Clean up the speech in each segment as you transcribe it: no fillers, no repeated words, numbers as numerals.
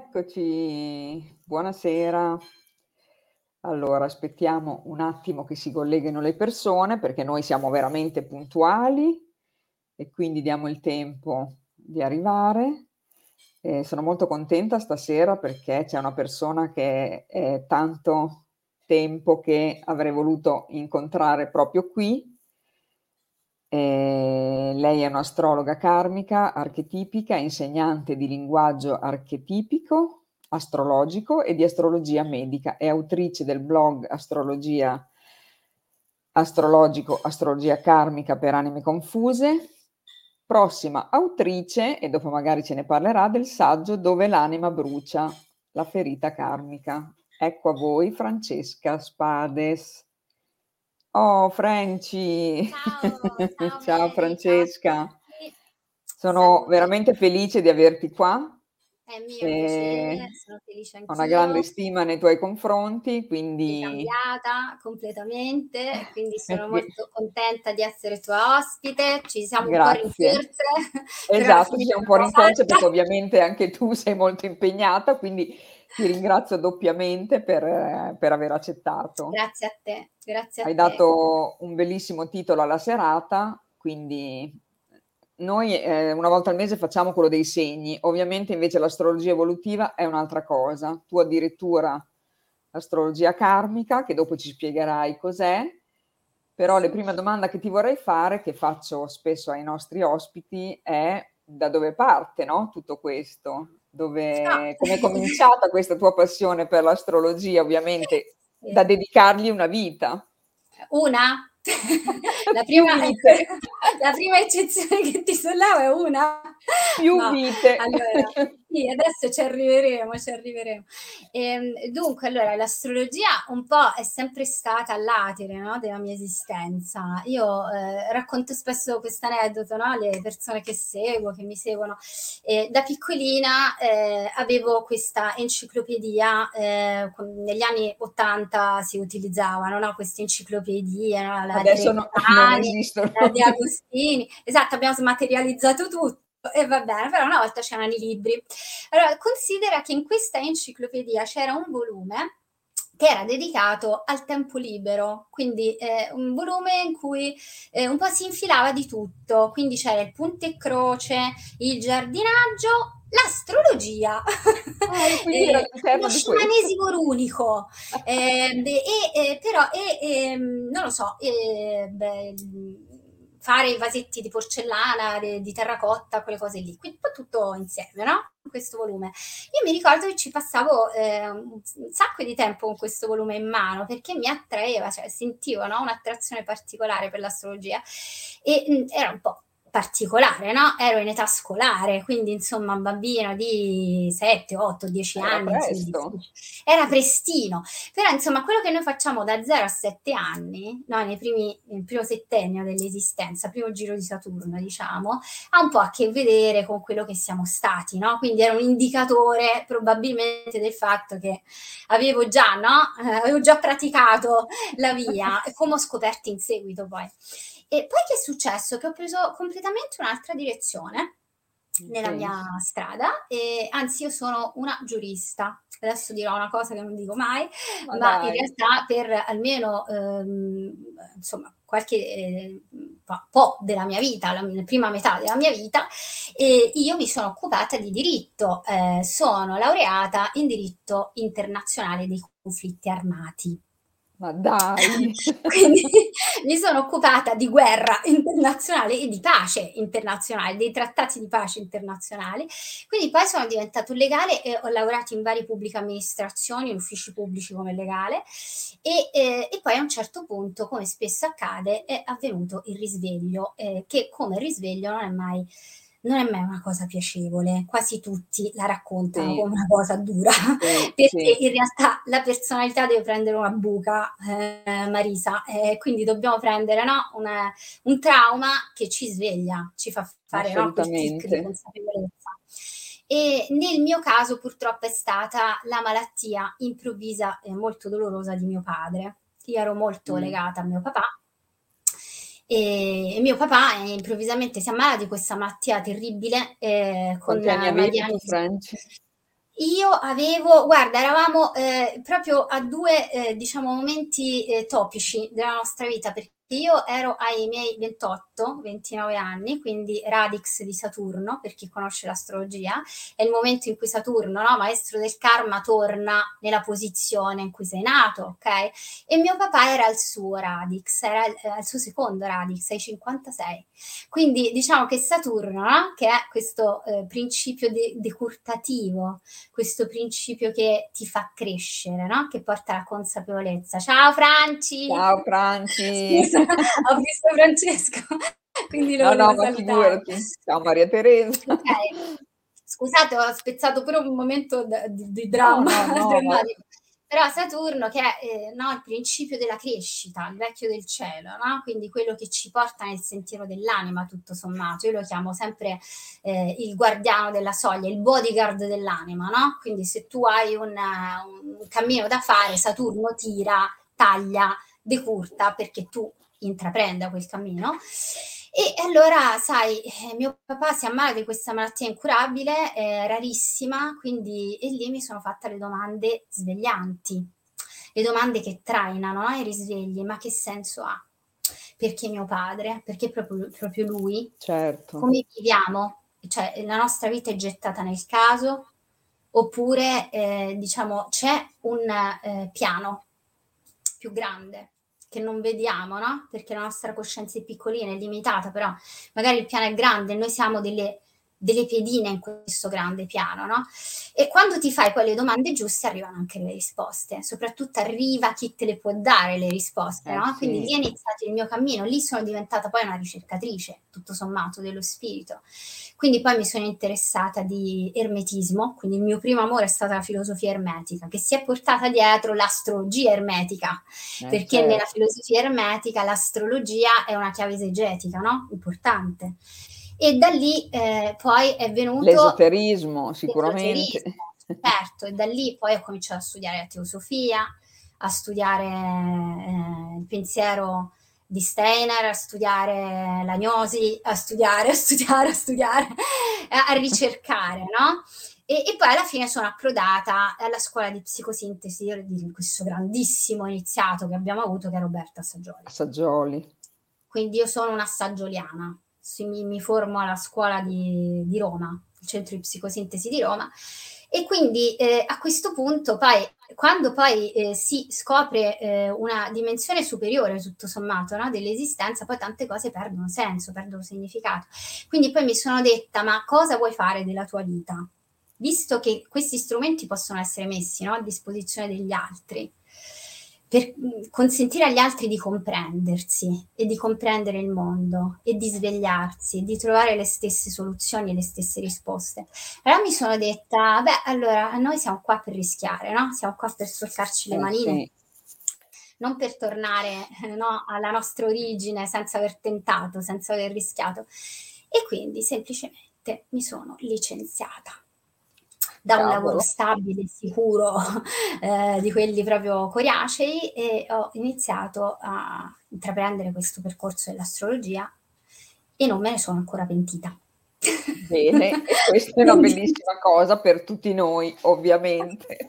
Eccoci, buonasera. Allora, aspettiamo un attimo che si colleghino le persone perché noi siamo veramente puntuali e quindi diamo il tempo di arrivare. Sono molto contenta stasera perché c'è una persona che è tanto tempo che avrei voluto incontrare proprio qui. Lei è un'astrologa karmica, archetipica, insegnante di linguaggio archetipico, astrologico e di astrologia medica. È autrice del blog astrologico, astrologia karmica per anime confuse. Prossima autrice, e dopo magari ce ne parlerà, del saggio Dove l'anima brucia, la ferita karmica. Ecco a voi Francesca Spades. Oh, Franci! Ciao, ciao Ciao Mary, ciao a Francesca, tutti. sono Saluto. veramente felice di averti qua. È mio E piacere, sono felice ho una grande anch'io. stima nei tuoi confronti, Sei quindi cambiata completamente, quindi sono molto contenta di essere tua ospite. Ci siamo un po' grazie. rincorse, però alla Esatto, ci fine siamo un po' l'abbiamo rincorse fatta. perché ovviamente anche tu sei molto impegnata, quindi ti ringrazio doppiamente per aver accettato. Grazie a te, grazie a Hai te. dato un bellissimo titolo alla serata, quindi noi, una volta al mese facciamo quello dei segni. Ovviamente invece l'astrologia evolutiva è un'altra cosa. Tu addirittura l'astrologia karmica, che dopo ci spiegherai cos'è, però la prima domanda che ti vorrei fare, che faccio spesso ai nostri ospiti, è da dove parte, no, tutto questo? Ah. Com'è cominciata questa tua passione per l'astrologia, ovviamente da Sì. dedicargli una vita? Una? La Più prima, vite, la prima eccezione che ti solleva è una? più No, vite. allora, sì, adesso ci arriveremo, ci arriveremo. Dunque, allora, l'astrologia un po' è sempre stata all'atire, no, della mia esistenza. Io racconto spesso questo aneddoto, no, alle persone che seguo, che mi seguono. Da piccolina avevo questa enciclopedia, negli anni 80 si utilizzavano, no, queste enciclopedie, no, la Adesso non Treccani, esistono. la De Agostini. Esatto, abbiamo smaterializzato tutto e va bene, però una volta c'erano i libri. Allora, considera che in questa enciclopedia c'era un volume che era dedicato al tempo libero, quindi un volume in cui un po' si infilava di tutto, quindi c'era il punto e croce, il giardinaggio, l'astrologia, Ah, e quindi era lo all'interno di questo. sciamanesimo runico, però non lo so, fare i vasetti di porcellana, di terracotta, quelle cose lì. Quindi poi tutto insieme, no? In questo volume. Io mi ricordo che ci passavo un sacco di tempo con questo volume in mano perché mi attraeva, cioè sentivo, no, un'attrazione particolare per l'astrologia e era un po' particolare, no? Ero in età scolare, quindi insomma un bambino di 7, 8, 10 Era anni, insomma, presto. era prestino. Però insomma quello che noi facciamo da 0 a 7 anni, no, nel primo settennio dell'esistenza, primo giro di Saturno, diciamo, ha un po' a che vedere con quello che siamo stati, no? Quindi era un indicatore probabilmente del fatto che avevo già, no? Avevo già praticato la via, come ho scoperto in seguito poi. E poi che è successo? Che ho preso completamente un'altra direzione In nella mia senso. strada, e anzi io sono una giurista. Adesso dirò una cosa che non dico mai, Ma ma in dai. realtà per almeno insomma qualche po' della mia vita, la prima metà della mia vita, io mi sono occupata di diritto, sono laureata in diritto internazionale dei conflitti armati. Ma dai. Quindi mi sono occupata di guerra internazionale e di pace internazionale, dei trattati di pace internazionali. Quindi poi sono diventato legale e ho lavorato in varie pubbliche amministrazioni, in uffici pubblici come legale e poi a un certo punto, come spesso accade, è avvenuto il risveglio, che come risveglio non è mai una cosa piacevole, quasi tutti la raccontano Sì, come una cosa dura, sì, perché sì, in realtà la personalità deve prendere una buca, Marisa, quindi dobbiamo prendere, no, un trauma che ci sveglia, ci fa fare, no, quel click di assolutamente. consapevolezza. E nel mio caso purtroppo è stata la malattia improvvisa e molto dolorosa di mio padre. Io ero molto Mh. legata a mio papà e mio papà improvvisamente si ammala di questa malattia terribile con Quanti anni una avevi tu, diagnosi. Franci? Io avevo, guarda, eravamo proprio a due, diciamo, momenti topici della nostra vita, perché io ero ai miei 29 anni, quindi radix di Saturno, per chi conosce l'astrologia, è il momento in cui Saturno, no, maestro del karma, torna nella posizione in cui sei nato, ok? E mio papà era al suo radix, era al suo secondo radix, ai 56. Quindi diciamo che Saturno, no? Che è questo principio decurtativo, questo principio che ti fa crescere, no? Che porta alla consapevolezza. Ciao Franci! Ciao Franci! Scusa, ho visto Francesco, quindi lo No, no, volevo ma salutare. figurati. Ciao Maria Teresa. Ok, scusate, ho spezzato pure un momento di No, dramma no, no, ma drammatico. Però Saturno che è no, il principio della crescita, il vecchio del cielo, no? Quindi quello che ci porta nel sentiero dell'anima, tutto sommato. Io lo chiamo sempre il guardiano della soglia, il bodyguard dell'anima, no? Quindi se tu hai un cammino da fare, Saturno tira, taglia, decurta perché tu intraprenda quel cammino. E allora, sai, mio papà si ammala di questa malattia incurabile, rarissima, quindi e lì mi sono fatta le domande sveglianti, le domande che trainano, no? I risvegli, ma che senso ha? Perché mio padre? Perché proprio lui? certo, Come viviamo? Cioè, la nostra vita è gettata nel caso? Oppure, diciamo, c'è un piano più grande che non vediamo, no? Perché la nostra coscienza è piccolina, è limitata, però magari il piano è grande e noi siamo delle pedine in questo grande piano, no? E quando ti fai poi le domande giuste arrivano anche le risposte, soprattutto arriva chi te le può dare le risposte, no? Quindi lì sì. è iniziato il mio cammino, lì sono diventata poi una ricercatrice, tutto sommato, dello spirito. Quindi poi mi sono interessata di ermetismo, quindi il mio primo amore è stata la filosofia ermetica, che si è portata dietro l'astrologia ermetica, perché nella Certo. filosofia ermetica l'astrologia è una chiave esegetica, no? Importante. E da lì poi è venuto L'esoterismo, sicuramente. l'esoterismo, certo, e da lì poi ho cominciato a studiare la teosofia, a studiare il pensiero di Steiner, a studiare la gnosi, a ricercare, no? E poi alla fine sono approdata alla scuola di psicosintesi di questo grandissimo iniziato che abbiamo avuto, che è Roberto Assaggioli. Assaggioli. Quindi io sono una saggioliana, mi formo alla scuola di Roma, il centro di psicosintesi di Roma, e quindi a questo punto poi, quando poi si scopre una dimensione superiore, tutto sommato, no, dell'esistenza, poi tante cose perdono senso, perdono significato. Quindi poi mi sono detta, ma cosa vuoi fare della tua vita? Visto che questi strumenti possono essere messi, no, a disposizione degli altri, per consentire agli altri di comprendersi e di comprendere il mondo e di svegliarsi e di trovare le stesse soluzioni e le stesse risposte. Allora mi sono detta, beh, allora noi siamo qua per rischiare, no? Siamo qua per sporcarci le manine, Sì. non per tornare no, alla nostra origine senza aver tentato, senza aver rischiato. E quindi semplicemente mi sono licenziata da un lavoro Cavolo. stabile, sicuro, di quelli proprio coriacei, e ho iniziato a intraprendere questo percorso dell'astrologia e non me ne sono ancora pentita. Bene, e questa è una Quindi bellissima cosa per tutti noi, ovviamente.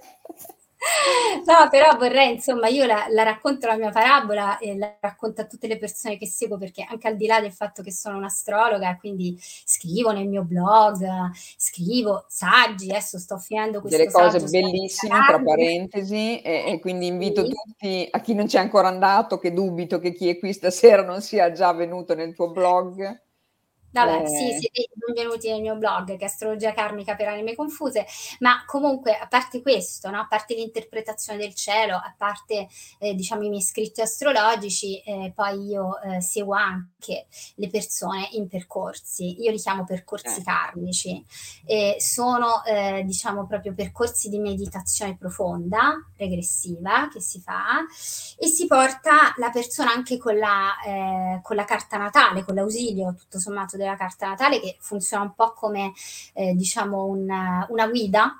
no, però vorrei, insomma, io la racconto la mia parabola e la racconto a tutte le persone che seguo, perché anche al di là del fatto che sono un'astrologa, quindi scrivo nel mio blog, scrivo saggi, adesso sto finendo questo Delle cose saggio sulla bellissime, tra carne. parentesi, e quindi invito Sì. tutti, a chi non c'è ancora andato, che dubito che chi è qui stasera non sia già venuto nel tuo blog. Vabbè, sì, siete benvenuti nel mio blog, che è Astrologia Karmica per Anime Confuse, ma comunque, a parte questo, no, a parte l'interpretazione del cielo, a parte, diciamo, i miei scritti astrologici, poi io seguo anche le persone in percorsi, io li chiamo percorsi karmici, sono, diciamo, proprio percorsi di meditazione profonda, regressiva, che si fa, e si porta la persona anche con la carta natale, con l'ausilio, tutto sommato, della carta natale, che funziona un po' come diciamo una guida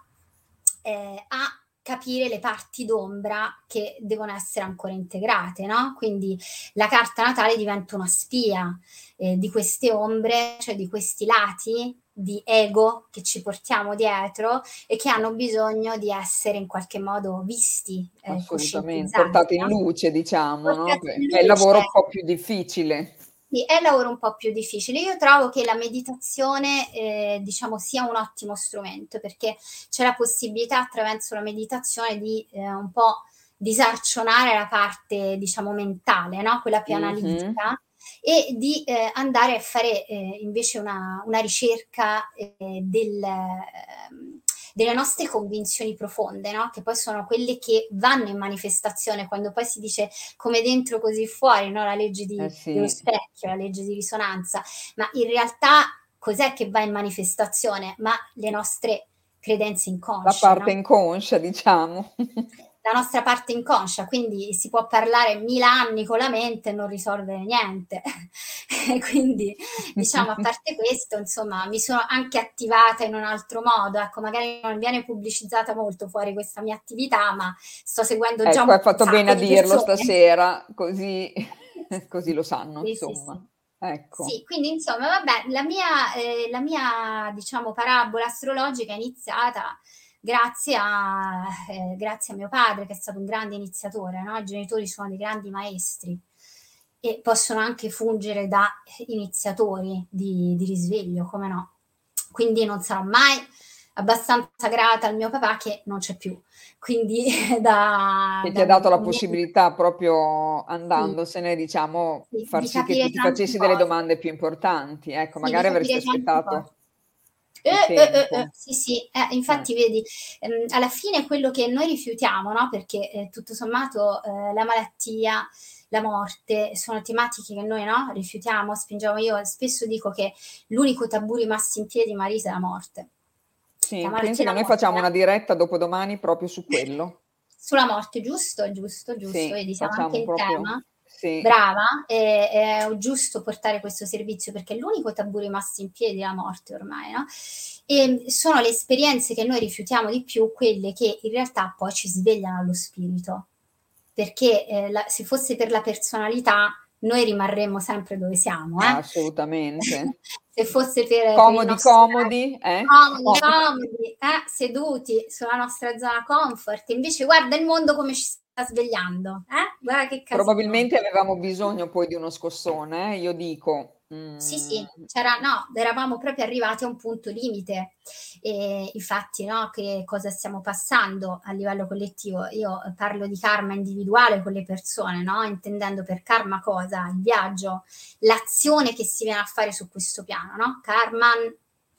a capire le parti d'ombra che devono essere ancora integrate, no? Quindi la carta natale diventa una spia di queste ombre, cioè di questi lati di ego che ci portiamo dietro e che hanno bisogno di essere in qualche modo visti, coscientizzati, portate in no? luce diciamo, no, Portati in che è il luce. lavoro un po' più difficile. Sì, è il lavoro un po' più difficile. Io trovo che la meditazione, diciamo, sia un ottimo strumento, perché c'è la possibilità attraverso la meditazione di, un po' disarcionare la parte, diciamo, mentale, no, quella più Mh-mh. analitica, e di, andare a fare, invece una ricerca, delle nostre convinzioni profonde, no, che poi sono quelle che vanno in manifestazione quando poi si dice come dentro così fuori, no, la legge Eh dello sì, specchio, la legge di risonanza, ma in realtà cos'è che va in manifestazione? Ma le nostre credenze la inconsce, parte no? inconscia diciamo. La nostra parte inconscia, quindi si può parlare 1000 anni con la mente e non risolvere niente. E quindi, diciamo, a parte questo, insomma, mi sono anche attivata in un altro modo, ecco, magari non viene pubblicizzata molto fuori questa mia attività, ma sto seguendo già Ecco, un hai fatto bene sacco a di dirlo persone. stasera, così così lo sanno Sì, sì, sì. insomma. Ecco. Sì, quindi insomma vabbè, la mia diciamo parabola astrologica è iniziata grazie a mio padre che è stato un grande iniziatore, no, i genitori sono dei grandi maestri e possono anche fungere da iniziatori di risveglio, come no. Quindi non sarò mai abbastanza grata al mio papà che non c'è più. Quindi da Che ti da ha dato la un mio possibilità proprio sì, andandosene, diciamo, sì, far di sì che tu capire ti tante facessi delle cose. domande più importanti. Ecco, Sì, di magari avresti capire tante cose. aspettato più tempo. Sì, sì, Eh. infatti vedi, alla fine quello che noi rifiutiamo, no, perché, tutto sommato, la malattia, la morte sono tematiche che noi, no, rifiutiamo, spingiamo. Io spesso dico che l'unico tabù rimasto in piedi, Marisa, è la morte. La Sì, pensi malattia e che la noi morte, facciamo una diretta dopodomani proprio su quello? sulla morte, giusto, giusto, giusto, Sì, vedi siamo anche facciamo in proprio tema. sì. Brava, è giusto portare questo servizio perché è l'unico tabù rimasto in piedi è la morte ormai, no, sono le esperienze che noi rifiutiamo di più quelle che in realtà poi ci svegliano allo spirito, perché, la se fosse per la personalità noi rimarremmo sempre dove siamo, Assolutamente. Se fosse per il Comodi, nostro comodi, comodi, comodi. comodi, seduti sulla nostra zona comfort, invece guarda il mondo come ci sta svegliando, guarda che casino. Probabilmente avevamo bisogno poi di uno scossone, io dico. Sì, sì, c'era no, eravamo proprio arrivati a un punto limite. Infatti, no, che cosa stiamo passando a livello collettivo? Io parlo di karma individuale con le persone, no, intendendo per karma cosa? Il viaggio, l'azione che si viene a fare su questo piano, no, karman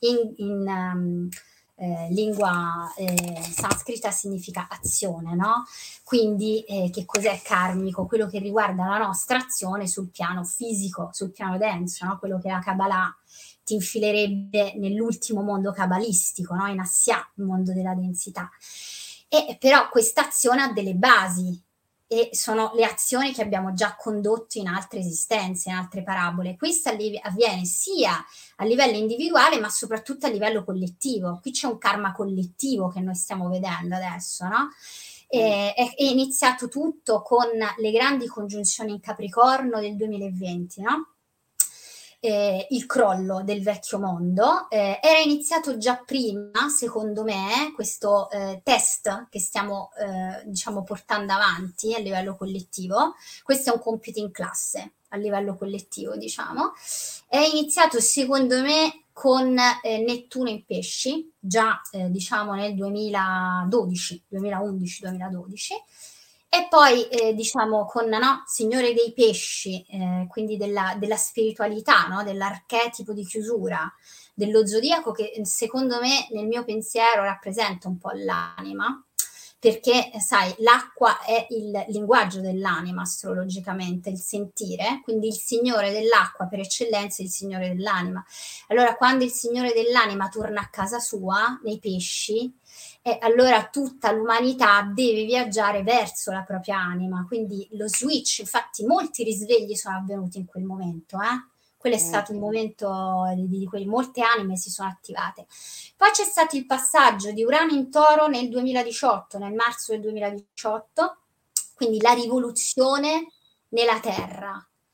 in lingua, sanscrita significa azione, no, quindi, che cos'è karmico? Quello che riguarda la nostra azione sul piano fisico, sul piano denso, no? Quello che la Kabbalah ti infilerebbe nell'ultimo mondo cabalistico, no? In Assia, il mondo della densità. E però questa azione ha delle basi e sono le azioni che abbiamo già condotto in altre esistenze, in altre parabole. Questo avviene sia a livello individuale, ma soprattutto a livello collettivo. Qui c'è un karma collettivo che noi stiamo vedendo adesso, no? È iniziato tutto con le grandi congiunzioni in Capricorno del 2020, no? Il crollo del vecchio mondo. Era iniziato già prima, secondo me, questo test che stiamo diciamo portando avanti a livello collettivo. Questo è un compito in classe a livello collettivo, diciamo. È iniziato, secondo me, con Nettuno in pesci, già diciamo nel 2012, 2011-2012, e poi diciamo con no, Signore dei Pesci, quindi della spiritualità, no? Dell'archetipo di chiusura dello zodiaco che secondo me nel mio pensiero rappresenta un po' l'anima, perché sai, l'acqua è il linguaggio dell'anima astrologicamente, il sentire, quindi il signore dell'acqua per eccellenza è il signore dell'anima. Allora, quando il signore dell'anima torna a casa sua, nei pesci, allora tutta l'umanità deve viaggiare verso la propria anima, quindi lo switch, infatti molti risvegli sono avvenuti in quel momento, quello è stato un momento di cui molte anime si sono attivate. Poi c'è stato il passaggio di Urano in Toro nel 2018, nel marzo del 2018, quindi la rivoluzione nella Terra.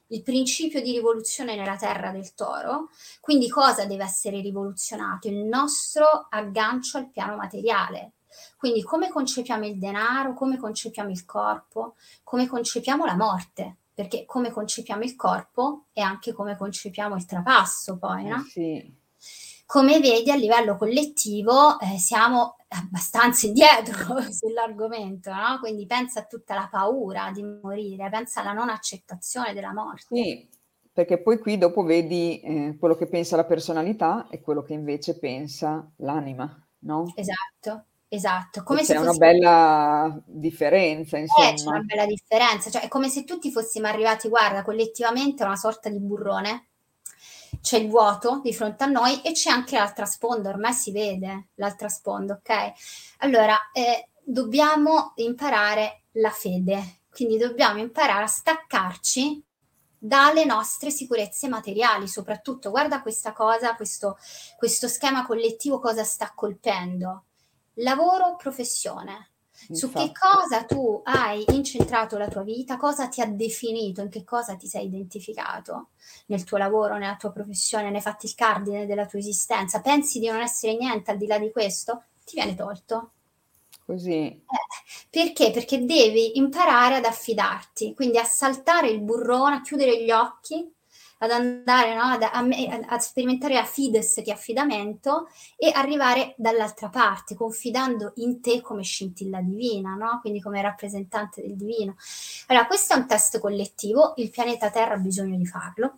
il principio di rivoluzione nella terra del Toro. Quindi cosa deve essere rivoluzionato? Il nostro aggancio al piano materiale. Quindi come concepiamo il denaro, come concepiamo il corpo, come concepiamo la morte, perché come concepiamo il corpo è anche come concepiamo il trapasso poi, no? Sì. Come vedi, a livello collettivo siamo abbastanza indietro sull'argomento, no? Quindi pensa a tutta la paura di morire, pensa alla non accettazione della morte. Sì, perché poi qui dopo vedi, quello che pensa la personalità e quello che invece pensa l'anima, no? Esatto, esatto. E Come se c'è una fossimo bella differenza, c'è una insomma. bella differenza, cioè è come se tutti fossimo arrivati, guarda, collettivamente a una sorta di burrone. C'è il vuoto di fronte a noi e c'è anche l'altra sponda, ormai si vede l'altra sponda, ok? Allora, dobbiamo imparare la fede, quindi dobbiamo imparare a staccarci dalle nostre sicurezze materiali, soprattutto guarda questa cosa, questo schema collettivo cosa sta colpendo. Lavoro, professione. Su che Infatti, cosa tu hai incentrato la tua vita, cosa ti ha definito, in che cosa ti sei identificato nel tuo lavoro, nella tua professione, ne hai fatti il cardine della tua esistenza, pensi di non essere niente al di là di questo, ti viene tolto. così. Perché? Perché devi imparare ad affidarti, quindi a saltare il burrone, a chiudere gli occhi, ad andare, no, a sperimentare la fides, che è affidamento, e arrivare dall'altra parte, confidando in te come scintilla divina, no? Quindi come rappresentante del divino. Allora, questo è un test collettivo, il pianeta Terra ha bisogno di farlo,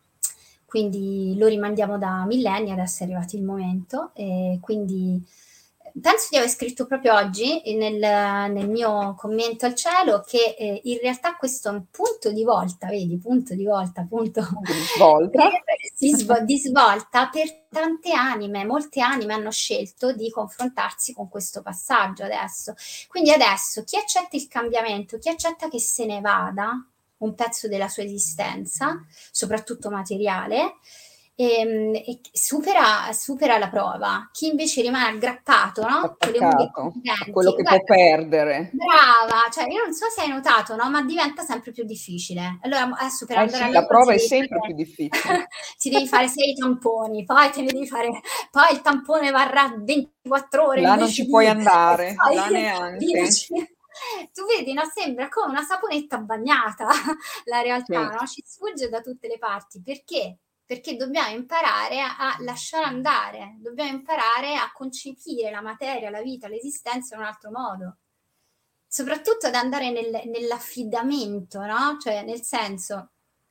quindi lo rimandiamo da millenni, adesso è arrivato il momento, e quindi penso di aver scritto proprio oggi nel mio commento al cielo che in realtà questo è un punto di volta, vedi, punto di volta, punto Di svolta. di svolta per tante anime, molte anime hanno scelto di confrontarsi con questo passaggio adesso. Quindi adesso chi accetta il cambiamento, chi accetta che se ne vada un pezzo della sua esistenza, soprattutto materiale, e supera la prova. Chi invece rimane aggrappato, no? Con le unghie Attaccato a quello contenti, che può guarda, perdere. brava, cioè io non so se hai notato, no? Ma diventa sempre più difficile. Allora adesso per Eh andare a sì, la lavoro prova è sempre più difficile. ti devi fare 6 tamponi, poi te ne devi fare, poi il tampone varrà 24 ore Là non invece ci puoi e andare, là poi neanche. tu vedi, no? Sembra come una saponetta bagnata la realtà, Sì, no? Ci sfugge da tutte le parti. Perché? Perché dobbiamo imparare a lasciare andare, dobbiamo imparare a concepire la materia, la vita, l'esistenza in un altro modo. Soprattutto ad andare nell'affidamento, no? Cioè, nel senso,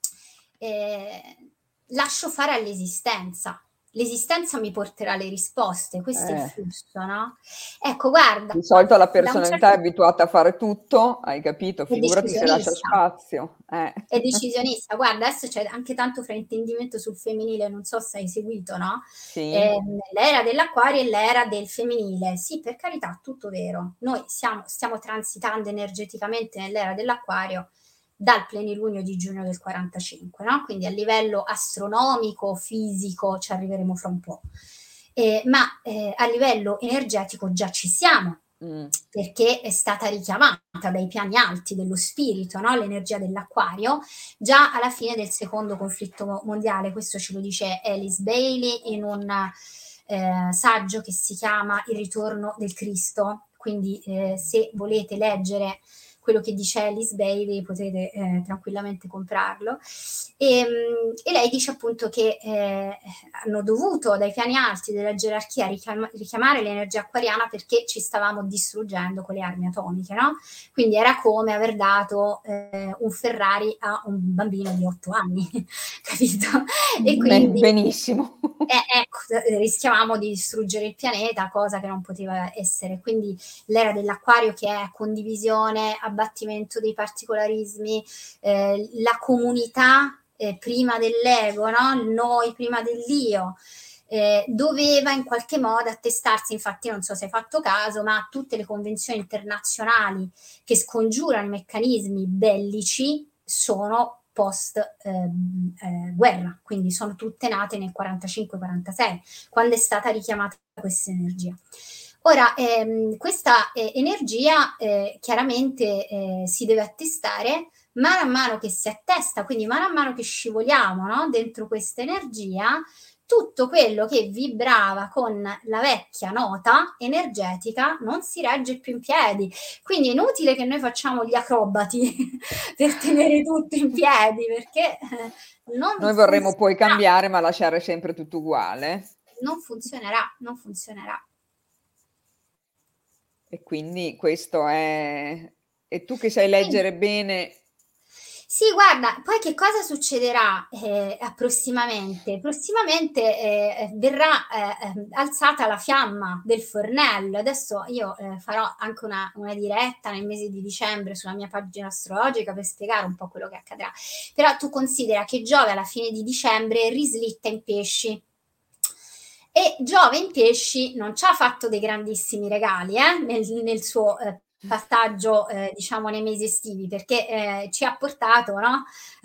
lascio fare all'esistenza. L'esistenza mi porterà le risposte, questo è il eh. flusso, no? Ecco, guarda, Di solito la da un personalità è certo abituata a fare tutto, hai capito? è Figurati se lascia decisionista. spazio. È decisionista. Guarda, adesso c'è anche tanto fraintendimento sul femminile, non so se hai seguito, no? Sì, L'era dell'acquario e l'era del femminile. Sì, per carità, tutto vero. Noi stiamo transitando energeticamente nell'era dell'acquario dal plenilunio di giugno del 45, no? Quindi a livello astronomico, fisico, ci arriveremo fra un po'. Ma a livello energetico già ci siamo, perché è stata richiamata dai piani alti dello spirito, no? L'energia dell'acquario, già alla fine del secondo conflitto mondiale. Questo ce lo dice Alice Bailey in un saggio che si chiama Il ritorno del Cristo. Quindi se volete leggere quello che dice Alice Bailey potete tranquillamente comprarlo. E lei dice appunto che hanno dovuto dai piani alti della gerarchia richiamare l'energia acquariana perché ci stavamo distruggendo con le armi atomiche, no? Quindi era come aver dato un Ferrari a un bambino di 8 anni, capito? E quindi benissimo. ecco, rischiavamo di distruggere il pianeta, cosa che non poteva essere. Quindi l'era dell'acquario, che è condivisione, abbattimento dei particolarismi, la comunità prima dell'ego, no? Il noi prima dell'io. Doveva in qualche modo attestarsi, infatti non so se hai fatto caso, ma tutte le convenzioni internazionali che scongiurano i meccanismi bellici sono post guerra, quindi sono tutte nate nel 45-46, quando è stata richiamata questa energia. Ora, questa energia chiaramente si deve attestare man mano che si attesta, quindi man mano che scivoliamo, no, dentro questa energia, tutto quello che vibrava con la vecchia nota energetica non si regge più in piedi. Quindi è inutile che noi facciamo gli acrobati per tenere tutto in piedi, perché non Noi vorremmo poi funzionerà. cambiare, ma lasciare sempre tutto uguale. Non funzionerà, non funzionerà. E quindi questo è... E tu che sai Quindi leggere bene... sì, guarda, poi che cosa succederà prossimamente? Prossimamente verrà alzata la fiamma del fornello. Adesso io farò anche una diretta nel mese di dicembre sulla mia pagina astrologica per spiegare un po' quello che accadrà. Però tu considera che Giove alla fine di dicembre rislitta in pesci. E Giove in pesci non ci ha fatto dei grandissimi regali nel suo passaggio diciamo nei mesi estivi, perché ci ha portato, no?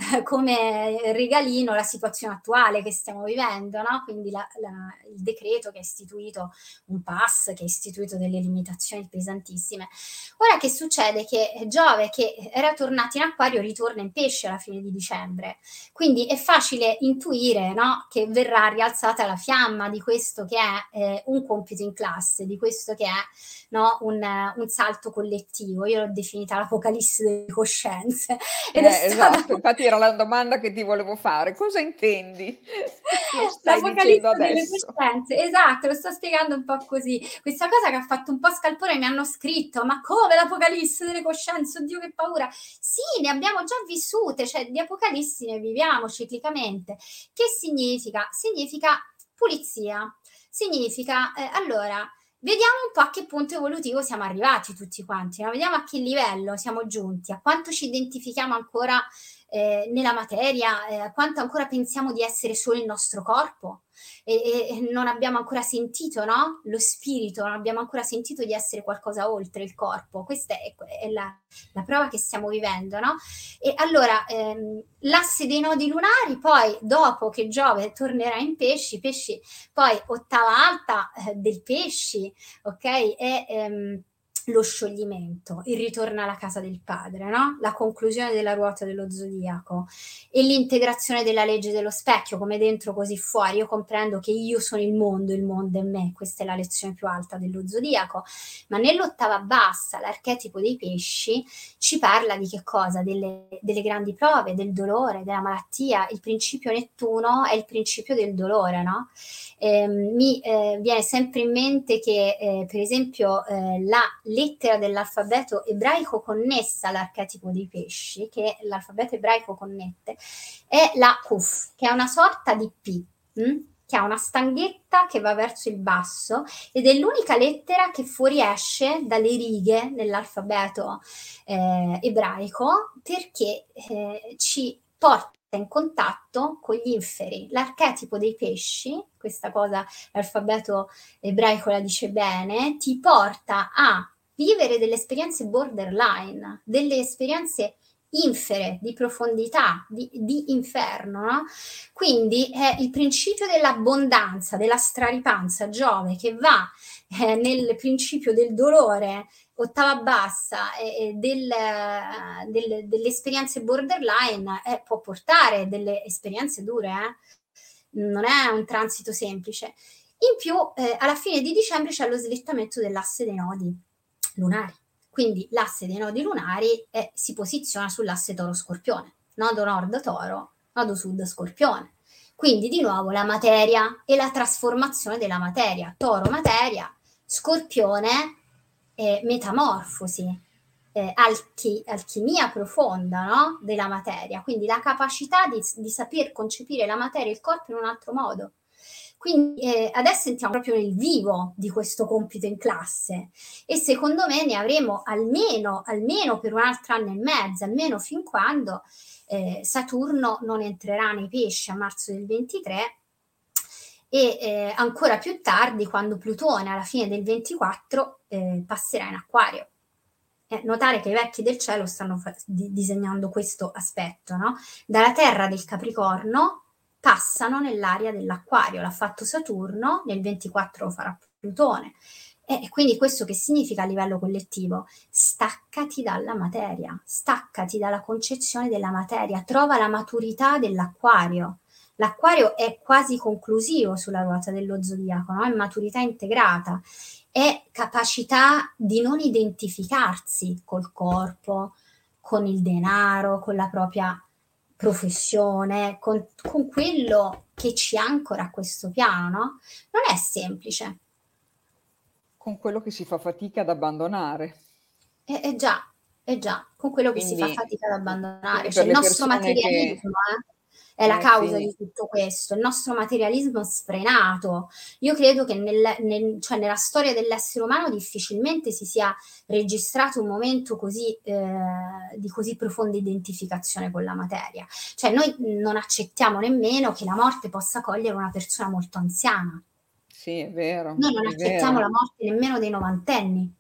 Come regalino la situazione attuale che stiamo vivendo, no? Quindi il decreto che ha istituito un pass, che ha istituito delle limitazioni pesantissime. Ora che succede? Che Giove, che era tornato in Acquario, ritorna in pesce alla fine di dicembre, quindi è facile intuire, no, che verrà rialzata la fiamma di questo che è un compito in classe, di questo che è, no, un salto collettivo. Io l'ho definita l'apocalisse delle coscienze. Ed è stata Esatto, infatti era la domanda che ti volevo fare. Cosa intendi? Lo stai dicendo l'apocalisse delle adesso. coscienze, esatto, lo sto spiegando un po' così. Questa cosa che ha fatto un po' scalpore, mi hanno scritto: ma come l'apocalisse delle coscienze? Oddio, che paura! Sì, ne abbiamo già vissute, cioè di apocalissi ne viviamo ciclicamente. Che significa? Significa pulizia, significa allora vediamo un po' a che punto evolutivo siamo arrivati tutti quanti, no? Vediamo a che livello siamo giunti, a quanto ci identifichiamo ancora nella materia, a quanto ancora pensiamo di essere solo il nostro corpo e non abbiamo ancora sentito, no? Lo spirito, non abbiamo ancora sentito di essere qualcosa oltre il corpo. Questa è la prova che stiamo vivendo, no? E allora l'asse dei nodi lunari, poi dopo che Giove tornerà in pesci, poi ottava alta del pesci, ok? E lo scioglimento, il ritorno alla casa del padre, no? La conclusione della ruota dello zodiaco e l'integrazione della legge dello specchio, come dentro così fuori. Io comprendo che io sono il mondo è me, questa è la lezione più alta dello zodiaco, ma nell'ottava bassa, l'archetipo dei pesci ci parla di che cosa? Delle grandi prove, del dolore, della malattia. Il principio Nettuno è il principio del dolore, no? Mi viene sempre in mente che per esempio la lettera dell'alfabeto ebraico connessa all'archetipo dei pesci, che l'alfabeto ebraico connette, è la Kuf, che è una sorta di P, che ha una stanghetta che va verso il basso ed è l'unica lettera che fuoriesce dalle righe dell'alfabeto ebraico, perché ci porta in contatto con gli inferi. L'archetipo dei pesci, questa cosa l'alfabeto ebraico la dice bene, ti porta a vivere delle esperienze borderline, delle esperienze infere, di profondità, di inferno, no? Quindi è il principio dell'abbondanza, della straripanza, Giove, che va nel principio del dolore, ottava bassa, delle esperienze borderline, può portare delle esperienze dure, non è un transito semplice. In più, alla fine di dicembre c'è lo slittamento dell'asse dei nodi lunari. Quindi l'asse dei nodi lunari si posiziona sull'asse Toro-Scorpione. Nodo nord Toro, nodo sud Scorpione. Quindi di nuovo la materia e la trasformazione della materia. Toro materia, Scorpione metamorfosi, alchimia profonda, no? Della materia. Quindi la capacità di saper concepire la materia e il corpo in un altro modo. Quindi adesso entriamo proprio nel vivo di questo compito in classe e secondo me ne avremo almeno per un altro anno e mezzo, almeno fin quando Saturno non entrerà nei pesci a marzo del 23 e ancora più tardi quando Plutone alla fine del 24 passerà in Acquario. Notare che i vecchi del cielo stanno disegnando questo aspetto, no? Dalla terra del Capricorno passano nell'area dell'Acquario, l'ha fatto Saturno, nel 24 lo farà Plutone. E quindi questo che significa a livello collettivo? Staccati dalla materia, staccati dalla concezione della materia, trova la maturità dell'Acquario. L'Acquario è quasi conclusivo sulla ruota dello zodiaco, no? È maturità integrata, è capacità di non identificarsi col corpo, con il denaro, con la propria professione, con quello che ci ancora a questo piano, no? Non è semplice. Con quello che si fa fatica ad abbandonare. Già, già, con quello che si fa Quindi, fatica ad abbandonare. quindi Cioè per il le nostro persone che... materialismo, è la causa Sì, di tutto questo, il nostro materialismo sfrenato. Io credo che cioè nella storia dell'essere umano difficilmente si sia registrato un momento così, di così profonda identificazione con la materia. Cioè noi non accettiamo nemmeno che la morte possa cogliere una persona molto anziana. sì, è vero, Noi non è accettiamo vero. la morte nemmeno dei novantenni.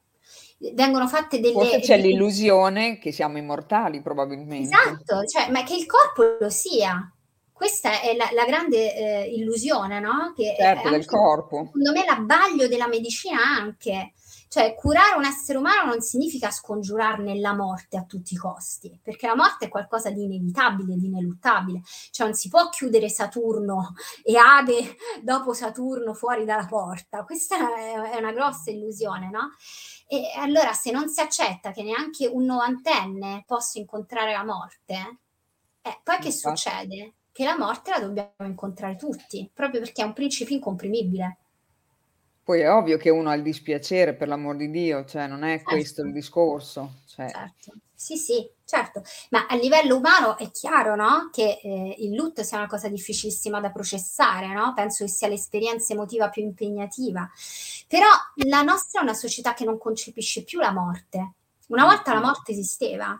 Vengono fatte Forse delle, c'è delle l'illusione che siamo immortali, probabilmente. Esatto, cioè, ma che il corpo lo sia. Questa è la grande illusione, no? Che è Certo, del anche, corpo. secondo me, l'abbaglio della medicina anche. Cioè, curare un essere umano non significa scongiurarne la morte a tutti i costi, perché la morte è qualcosa di inevitabile, di ineluttabile. Cioè, non si può chiudere Saturno e Ade dopo Saturno fuori dalla porta. Questa è una grossa illusione, no? E allora se non si accetta che neanche un novantenne possa incontrare la morte, poi che Infatti. succede? Che la morte la dobbiamo incontrare tutti, proprio perché è un principio incomprimibile. Poi è ovvio che uno ha il dispiacere, per l'amor di Dio, cioè non è questo Certo. il discorso. Cioè, Certo, sì, sì, certo, ma a livello umano è chiaro, no, che il lutto sia una cosa difficilissima da processare, no? Penso che sia l'esperienza emotiva più impegnativa. Però la nostra è una società che non concepisce più la morte. Una volta la mh-mh. morte esisteva.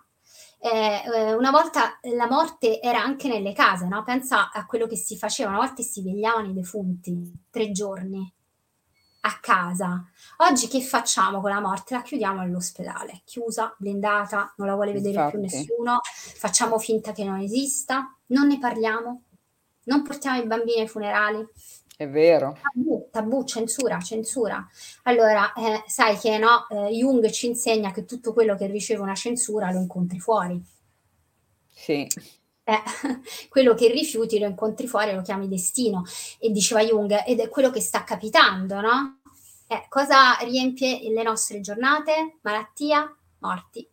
Una volta la morte era anche nelle case, no? Pensa a quello che si faceva, una volta si vegliavano i defunti 3 giorni a casa. Oggi che facciamo con la morte? La chiudiamo all'ospedale, chiusa, blindata, non la vuole vedere più Infatti, nessuno, facciamo finta che non esista, non ne parliamo, non portiamo i bambini ai funerali. è vero. Tabù, tabù, censura, censura. Allora, sai che no, Jung ci insegna che tutto quello che riceve una censura lo incontri fuori. Sì, Eh, quello che rifiuti lo incontri fuori e lo chiami destino. E diceva Jung, ed è quello che sta capitando, no? Cosa riempie le nostre giornate? Malattia, morti,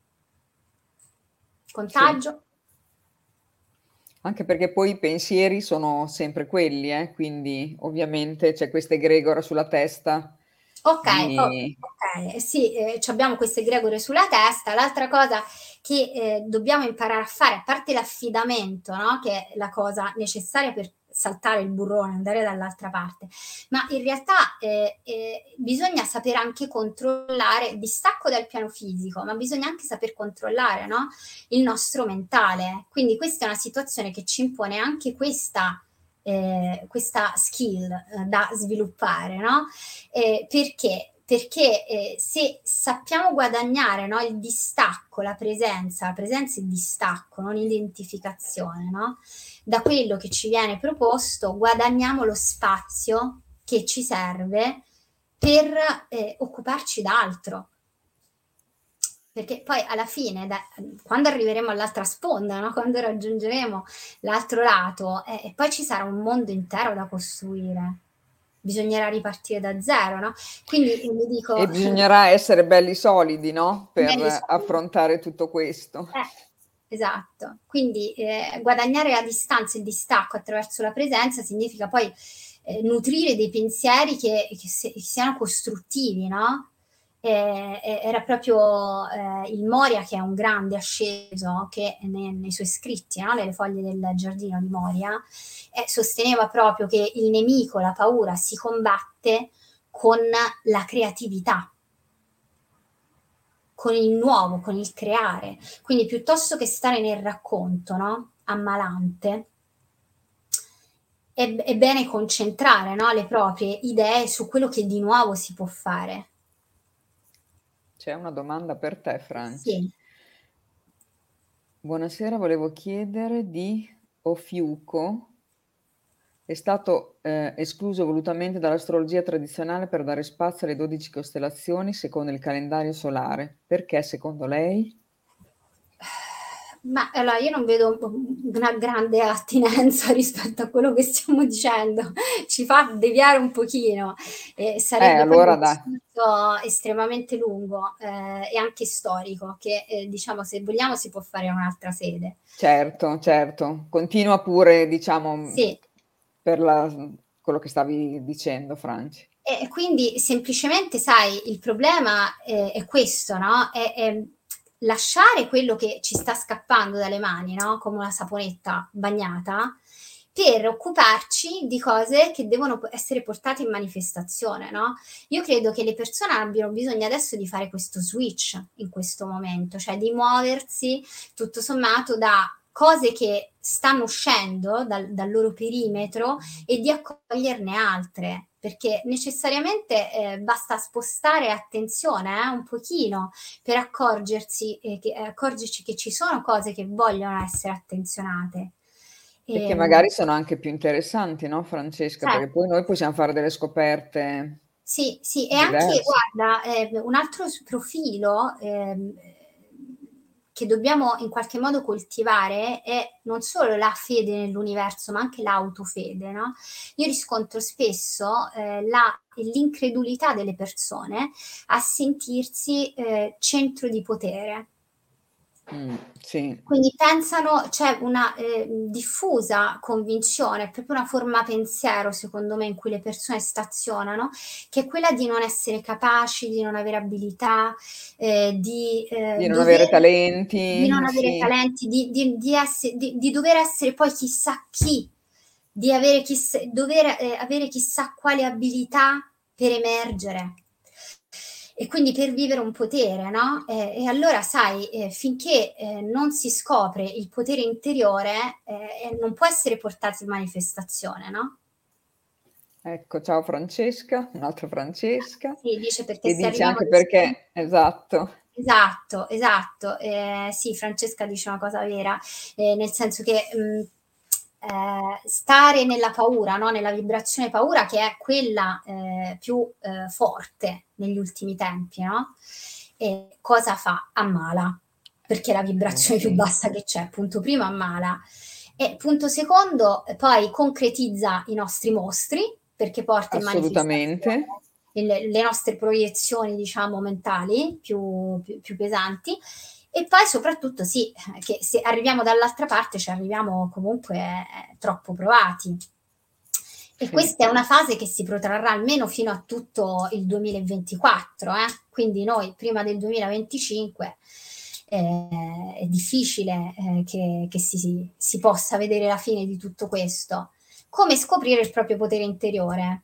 sì. contagio. Anche perché poi i pensieri sono sempre quelli, quindi ovviamente c'è questa egregora sulla testa Okay, di okay, sì, c'abbiamo queste egregore sulla testa. L'altra cosa che, dobbiamo imparare a fare, a parte l'affidamento, no, che è la cosa necessaria per saltare il burrone, andare dall'altra parte, ma in realtà, bisogna saper anche controllare il distacco dal piano fisico, ma bisogna anche saper controllare, no, il nostro mentale. Quindi questa è una situazione che ci impone anche questa skill, da sviluppare, no, perché? Perché se sappiamo guadagnare, no, il distacco, la presenza e il distacco, non identificazione, no, da quello che ci viene proposto, guadagniamo lo spazio che ci serve per occuparci d'altro. Perché poi alla fine, quando arriveremo all'altra sponda, no? Quando raggiungeremo l'altro lato, poi ci sarà un mondo intero da costruire. Bisognerà ripartire da zero, no? Quindi mi dico, e bisognerà essere belli solidi, no, per belli soldi. affrontare tutto questo. Esatto. Quindi guadagnare a distanza il distacco attraverso la presenza significa poi nutrire dei pensieri che siano costruttivi, no? Era proprio il Moria, che è un grande asceso, che nei suoi scritti, no? Nelle foglie del giardino di Moria, sosteneva proprio che il nemico, la paura, si combatte con la creatività, con il nuovo, con il creare. Quindi piuttosto che stare nel racconto, no? Ammalante, è bene concentrare, no? Le proprie idee su quello che di nuovo si può fare. C'è una domanda per te, Franci. Sì. Buonasera, volevo chiedere di Ofiuco È stato escluso volutamente dall'astrologia tradizionale per dare spazio alle 12 costellazioni secondo il calendario solare. Perché secondo lei? Ma allora io non vedo una grande attinenza rispetto a quello che stiamo dicendo, ci fa deviare un pochino, sarebbe poi un Allora dai. discorso estremamente lungo, e anche storico che, diciamo se vogliamo si può fare in un'altra sede. Certo, certo. Continua pure, diciamo, Sì. per quello che stavi dicendo, Franci. E quindi semplicemente, sai, il problema è questo, no? È lasciare quello che ci sta scappando dalle mani, no? Come una saponetta bagnata, per occuparci di cose che devono essere portate in manifestazione, no? Io credo che le persone abbiano bisogno adesso di fare questo switch in questo momento, cioè di muoversi tutto sommato da cose che stanno uscendo dal loro perimetro e di accoglierne altre, perché necessariamente basta spostare attenzione un pochino per accorgerci che ci sono cose che vogliono essere attenzionate. E che Ehm, magari sono anche più interessanti, no, Francesca? Perché certo. poi noi possiamo fare delle scoperte Sì, sì, e anche diverse. guarda, un altro profilo, che dobbiamo in qualche modo coltivare è non solo la fede nell'universo, ma anche l'autofede, no? Io riscontro spesso, l'incredulità delle persone a sentirsi, centro di potere. Sì, Quindi pensano c'è una, diffusa convinzione, proprio una forma pensiero secondo me in cui le persone stazionano, che è quella di non essere capaci, di non avere abilità, di, di non avere dover di talenti, non avere sì. talenti, di dover essere poi chissà chi, di avere dover, avere chissà quale abilità per emergere. E quindi per vivere un potere, no, e allora sai, finché, non si scopre il potere interiore, non può essere portato in manifestazione, no? Ecco, ciao Francesca, un'altra Francesca, Sì, dice perché che se dice arriviamo anche ad esti perché esatto. esatto, esatto. Sì, Francesca dice una cosa vera, nel senso che, stare nella paura, no, nella vibrazione paura che è quella, più, forte negli ultimi tempi, no, cosa fa? Ammala, perché è la vibrazione più Sì, bassa che c'è. Punto primo ammala. E punto secondo, poi concretizza i nostri mostri, perché porta in assolutamente. manifestazione le nostre proiezioni, diciamo, mentali più pesanti. E poi soprattutto sì, che se arriviamo dall'altra parte ci arriviamo comunque troppo provati. E Sì, questa è una fase che si protrarrà almeno fino a tutto il 2024, quindi noi prima del 2025 è difficile che si possa vedere la fine di tutto questo. Come scoprire il proprio potere interiore?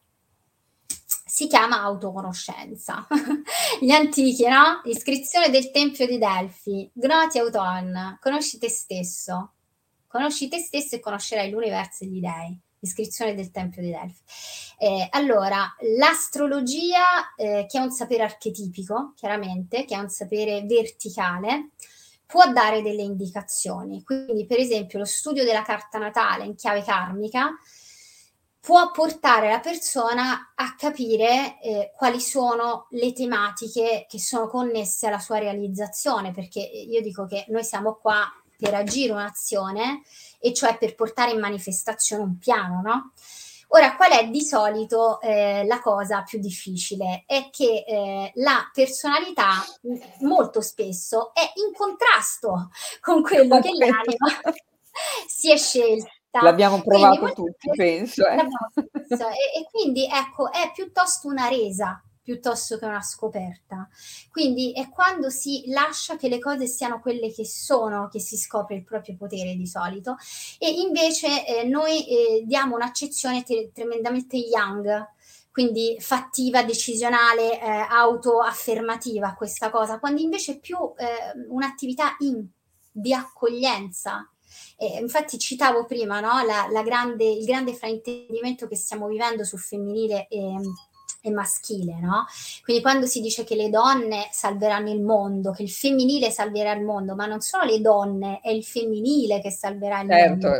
Si chiama autoconoscenza. Gli antichi, no? Iscrizione del Tempio di Delfi, Gnoti Auton, conosci te stesso. Conosci te stesso e conoscerai l'universo e gli dei. Iscrizione del Tempio di Delfi. Allora, l'astrologia, che è un sapere archetipico, chiaramente, che è un sapere verticale, può dare delle indicazioni. Quindi, per esempio, lo studio della carta natale in chiave karmica può portare la persona a capire, quali sono le tematiche che sono connesse alla sua realizzazione, perché io dico che noi siamo qua per agire un'azione, e cioè per portare in manifestazione un piano, no? Ora, qual è di solito la cosa più difficile? È che la personalità molto spesso è in contrasto con quello con che quello l'anima si è scelta. l'abbiamo Quindi provato molte tutti volte penso, l'abbiamo visto e quindi ecco, è piuttosto una resa, piuttosto che una scoperta. Quindi è quando si lascia che le cose siano quelle che sono, che si scopre il proprio potere di solito. E invece noi diamo un'accezione tremendamente yang, quindi fattiva, decisionale, autoaffermativa a questa cosa, quando invece è più un'attività di accoglienza. Infatti citavo prima, no, il grande fraintendimento che stiamo vivendo sul femminile e maschile, no? Quindi quando si dice che le donne salveranno il mondo, che il femminile salverà il mondo, ma non sono le donne, è il femminile che salverà il certo, mondo.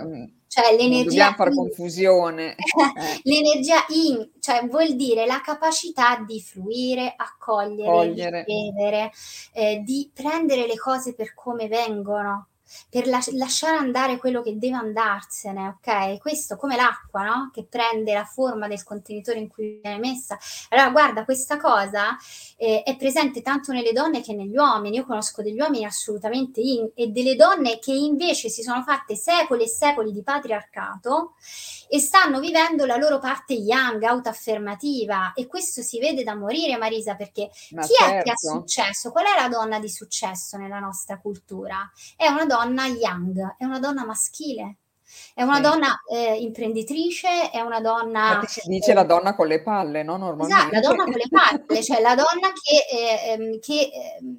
cioè Non l'energia dobbiamo far yin. confusione. L'energia yin, cioè vuol dire la capacità di fluire, accogliere, Cogliere. ricevere, di prendere le cose per come vengono, per lasciare andare quello che deve andarsene, ok? Questo come l'acqua, no? Che prende la forma del contenitore in cui viene messa. Allora, guarda, questa cosa è presente tanto nelle donne che negli uomini. Io conosco degli uomini assolutamente yin e delle donne che invece si sono fatte secoli e secoli di patriarcato e stanno vivendo la loro parte yang, autoaffermativa, e questo si vede da morire, Marisa, perché Ma chi è che ha certo, successo? Qual è la donna di successo nella nostra cultura? È una donna yang, è una donna maschile. È una sì. donna imprenditrice, è una donna Infatti si dice la donna con le palle, no, la normalmente. donna con le palle, cioè la donna che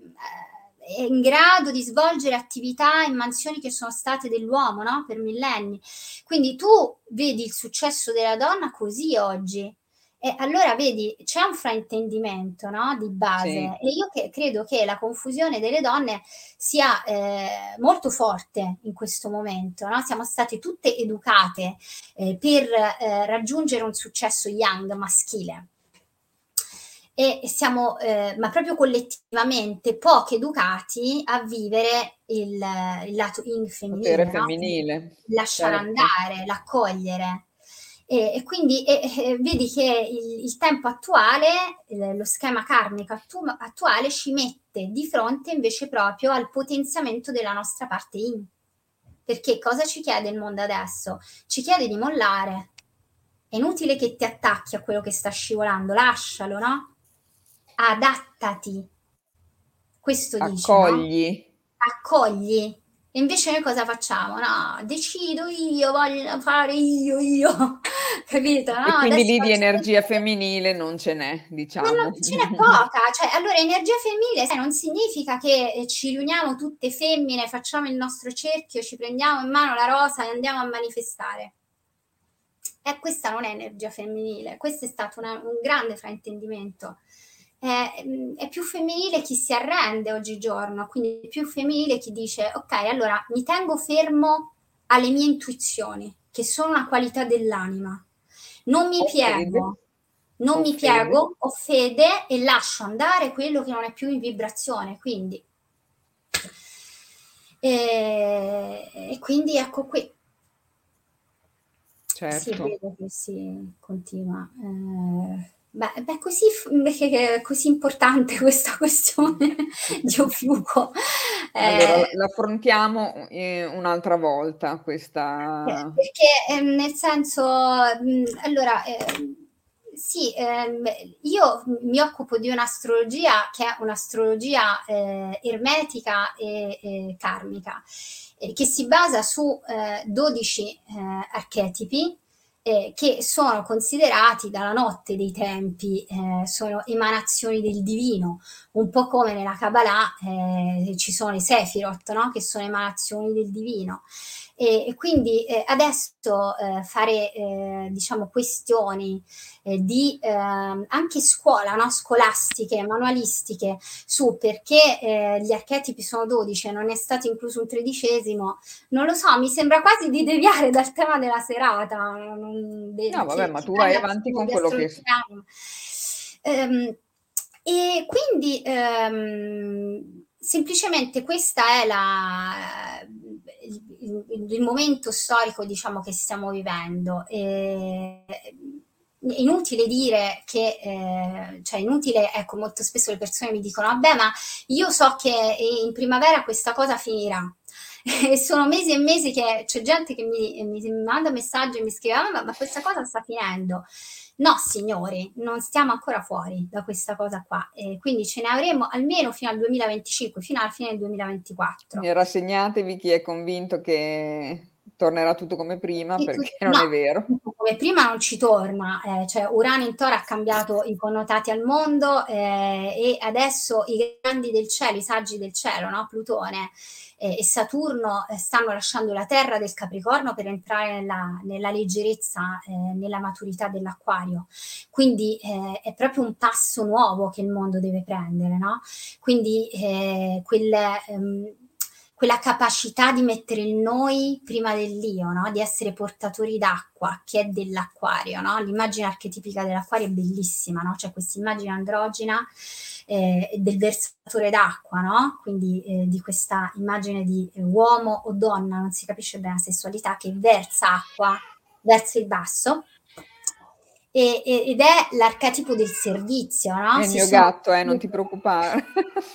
è in grado di svolgere attività e mansioni che sono state dell'uomo, no? Per millenni. Quindi tu vedi il successo della donna così oggi. E allora vedi, c'è un fraintendimento, no? Di base. Sì, E io credo che la confusione delle donne sia molto forte in questo momento, no? Siamo state tutte educate per raggiungere un successo yang maschile e siamo, ma proprio collettivamente, poco educati a vivere il lato yin potere femminile, no? femminile, Lasciare certo. andare, l'accogliere. E quindi vedi che il tempo attuale, lo schema karmico attuale ci mette di fronte invece proprio al potenziamento della nostra parte yin. Perché cosa ci chiede il mondo adesso? Ci chiede di mollare. È inutile che ti attacchi a quello che sta scivolando, lascialo, no? Adattati, questo dice, no? Accogli. Accogli. E invece noi cosa facciamo? No, decido io, voglio fare io, capito? E No, quindi adesso lì di faccio energia questo. femminile non ce n'è, Ma diciamo. non ce n'è poca, cioè allora energia femminile, sai, non significa che ci riuniamo tutte femmine, facciamo il nostro cerchio, ci prendiamo in mano la rosa e andiamo a manifestare. Questa non è energia femminile, questo è stato un grande fraintendimento. È più femminile chi si arrende oggigiorno, quindi è più femminile chi dice ok, allora mi tengo fermo alle mie intuizioni, che sono una qualità dell'anima. Non mi Ho fede, piego, non ho mi fede. piego, ho fede e lascio andare quello che non è più in vibrazione. Quindi, e quindi ecco qui. Sì, Certo. vedo che si continua. Così, che è così importante questa questione di Ofiuco. Allora Eh, l'affrontiamo, un'altra volta questa perché nel senso, allora, sì, io mi occupo di un'astrologia che è un'astrologia ermetica e karmica, che si basa su 12 archetipi che sono considerati dalla notte dei tempi, sono emanazioni del divino, un po' come nella Kabbalah ci sono i Sefirot, no? Che sono emanazioni del divino. E quindi adesso fare diciamo questioni di anche scuola, no? Scolastiche, manualistiche su perché gli archetipi sono 12 e non è stato incluso un tredicesimo, non lo so, mi sembra quasi di deviare dal tema della serata, no vabbè, ma che tu vai parla avanti appunto con di quello che astrologia. E quindi semplicemente questa è il momento storico, diciamo, che stiamo vivendo. È inutile dire che, cioè inutile, ecco, molto spesso le persone mi dicono, vabbè, ma io so che in primavera questa cosa finirà. E sono mesi e mesi che c'è gente che mi manda messaggi e mi scrive, ma questa cosa sta finendo. No, signori, non stiamo ancora fuori da questa cosa qua. Quindi ce ne avremo almeno fino al 2025, fino alla fine del 2024. rassegnatevi chi è convinto che tornerà tutto come prima, perché non No, è vero. come prima non ci torna, cioè Urano in Toro ha cambiato i connotati al mondo e adesso i grandi del cielo, i saggi del cielo, no? Plutone e Saturno stanno lasciando la terra del Capricorno per entrare nella leggerezza, nella maturità dell'Acquario. Quindi è proprio un passo nuovo che il mondo deve prendere, no? Quindi quella capacità di mettere il noi prima dell'io, no? Di essere portatori d'acqua, che è dell'acquario, no? L'immagine archetipica dell'acquario è bellissima, no? C'è questa immagine androgina del versatore d'acqua, no? Quindi di questa immagine di uomo o donna, non si capisce bene la sessualità, che versa acqua verso il basso. Ed è l'archetipo del servizio, no? È il mio gatto, non ti preoccupare.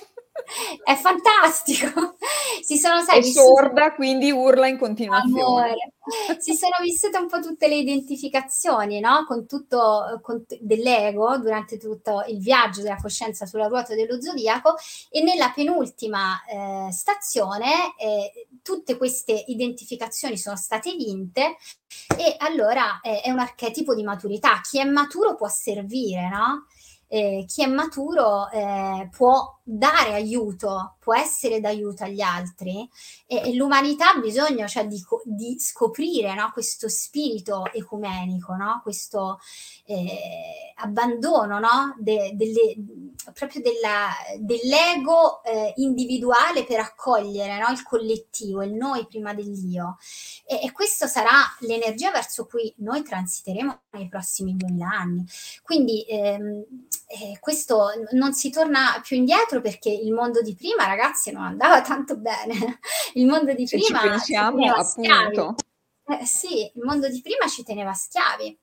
È fantastico. Si sono, sai, È sorda, quindi urla in continuazione. Amore. Si sono vissute un po' tutte le identificazioni, no? Con tutto dell'ego durante tutto il viaggio della coscienza sulla ruota dello zodiaco, e nella penultima stazione tutte queste identificazioni sono state vinte, e allora è un archetipo di maturità. Chi è maturo può servire, no? Chi è maturo può dare aiuto, può essere d'aiuto agli altri, e l'umanità ha bisogno, cioè, di scoprire, no? Questo spirito ecumenico, no? Questo abbandono, no? Proprio dell'ego individuale per accogliere, no? Il collettivo, il noi prima dell'io, e questo sarà l'energia verso cui noi transiteremo nei prossimi 2000 anni. Quindi questo non si torna più indietro, perché il mondo di prima, ragazzi, non andava tanto bene. Il mondo di Se prima ci pensiamo, ci teneva appunto. schiavi. Sì, il mondo di prima ci teneva schiavi.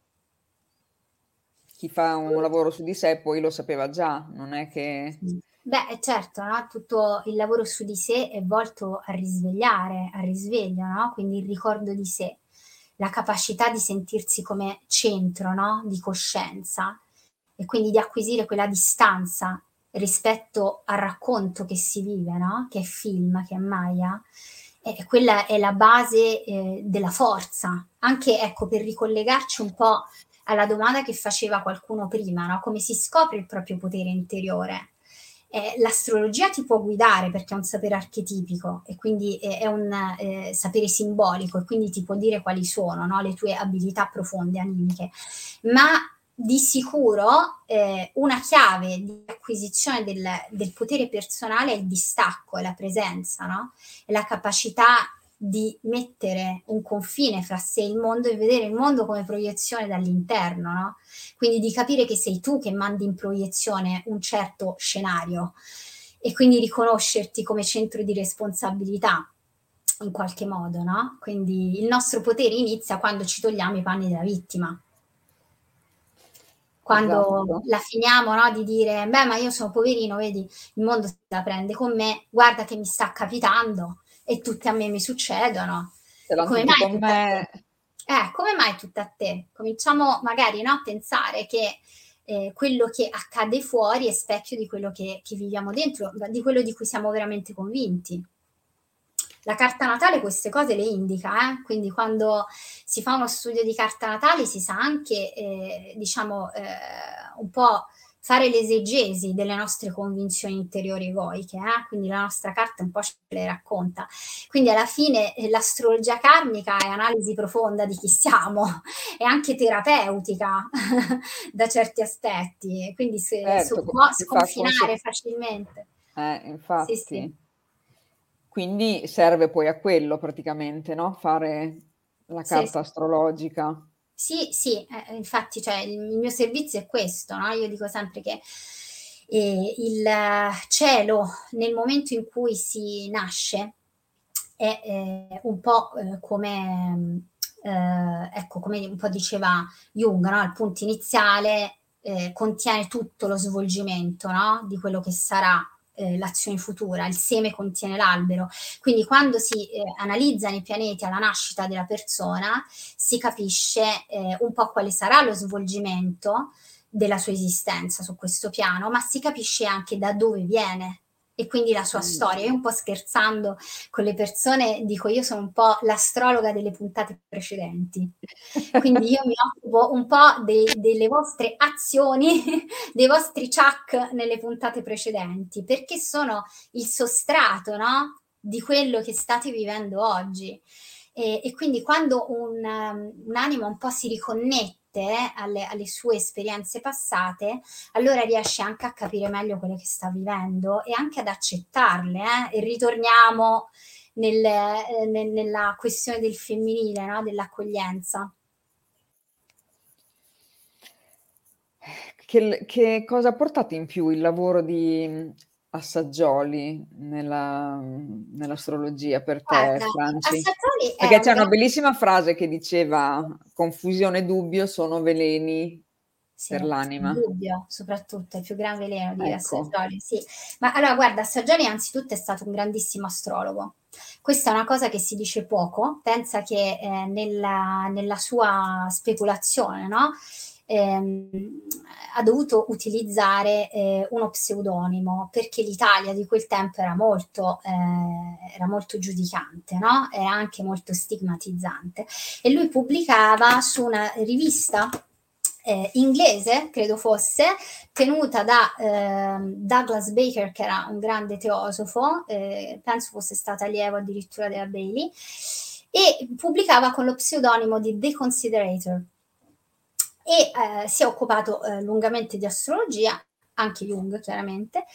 Chi fa un lavoro su di sé poi lo sapeva già, non è che... Beh, certo, no? Tutto il lavoro su di sé è volto a risvegliare, al risveglio, no? Quindi il ricordo di sé, la capacità di sentirsi come centro, no? Di coscienza, e quindi di acquisire quella distanza rispetto al racconto che si vive, no? Che è film, che è Maya. E quella è la base della forza, anche, ecco, per ricollegarci un po' alla domanda che faceva qualcuno prima, no? Come si scopre il proprio potere interiore? L'astrologia ti può guidare, perché è un sapere archetipico, e quindi è un sapere simbolico, e quindi ti può dire quali sono, no? Le tue abilità profonde animiche, ma di sicuro una chiave di acquisizione del potere personale è il distacco, è la presenza, no? È la capacità di mettere un confine fra sé e il mondo, e vedere il mondo come proiezione dall'interno, no? Quindi di capire che sei tu che mandi in proiezione un certo scenario, e quindi riconoscerti come centro di responsabilità in qualche modo, no? Quindi il nostro potere inizia quando ci togliamo i panni della vittima. Quando Esatto. la finiamo, no, di dire, beh, ma io sono poverino, vedi, il mondo se la prende con me, guarda che mi sta capitando, e tutte a me mi succedono. Ce l'hanno Come tutti mai con tutta a me. te? Come mai tutta a te? Cominciamo magari, no, a pensare che quello che accade fuori è specchio di quello che viviamo dentro, di quello di cui siamo veramente convinti. La carta natale queste cose le indica, quindi quando si fa uno studio di carta natale si sa anche, diciamo, un po' fare l'esegesi delle nostre convinzioni interiori egoiche, quindi la nostra carta un po' ce le racconta. Quindi alla fine l'astrologia karmica è analisi profonda di chi siamo, è anche terapeutica da certi aspetti, quindi Certo, può ti fa sconfinare facilmente. Sì, infatti. sì. Quindi serve poi a quello praticamente, no? Fare la Sì, carta sì. astrologica. Sì, sì, infatti, cioè, il mio servizio è questo, no? Io dico sempre che il cielo, nel momento in cui si nasce, è un po' come, ecco, come un po' diceva Jung, no? Il punto iniziale contiene tutto lo svolgimento, no? Di quello che sarà l'azione futura, il seme contiene l'albero. Quindi quando si analizzano i pianeti alla nascita della persona, si capisce un po' quale sarà lo svolgimento della sua esistenza su questo piano, ma si capisce anche da dove viene, e quindi la sua storia. Io un po' scherzando con le persone dico, io sono un po' l'astrologa delle puntate precedenti, quindi io mi occupo un po' delle vostre azioni, dei vostri chuck nelle puntate precedenti, perché sono il sostrato, no? Di quello che state vivendo oggi. E quindi quando un'anima un po' si riconnette mente, alle sue esperienze passate, allora riesce anche a capire meglio quelle che sta vivendo e anche ad accettarle, e ritorniamo nella questione del femminile, no? Dell'accoglienza. Che cosa ha portato in più il lavoro di Assaggioli nell'astrologia per te, Guarda, Franci? Assazzoli è Perché un c'è una grande... bellissima frase che diceva: confusione e dubbio sono veleni Sì, per il l'anima. dubbio soprattutto, è il più gran veleno di Ecco, Assagioli, sì. Ma allora guarda, Assagioli anzitutto è stato un grandissimo astrologo. Questa è una cosa che si dice poco, pensa che nella sua speculazione, no? Ehm, ha dovuto utilizzare uno pseudonimo perché l'Italia di quel tempo era molto giudicante, no? Era anche molto stigmatizzante. E lui pubblicava su una rivista inglese, credo fosse, tenuta da Douglas Baker, che era un grande teosofo, penso fosse stata allievo addirittura della Bailey, e pubblicava con lo pseudonimo di The Considerator. E si è occupato lungamente di astrologia, anche Jung chiaramente,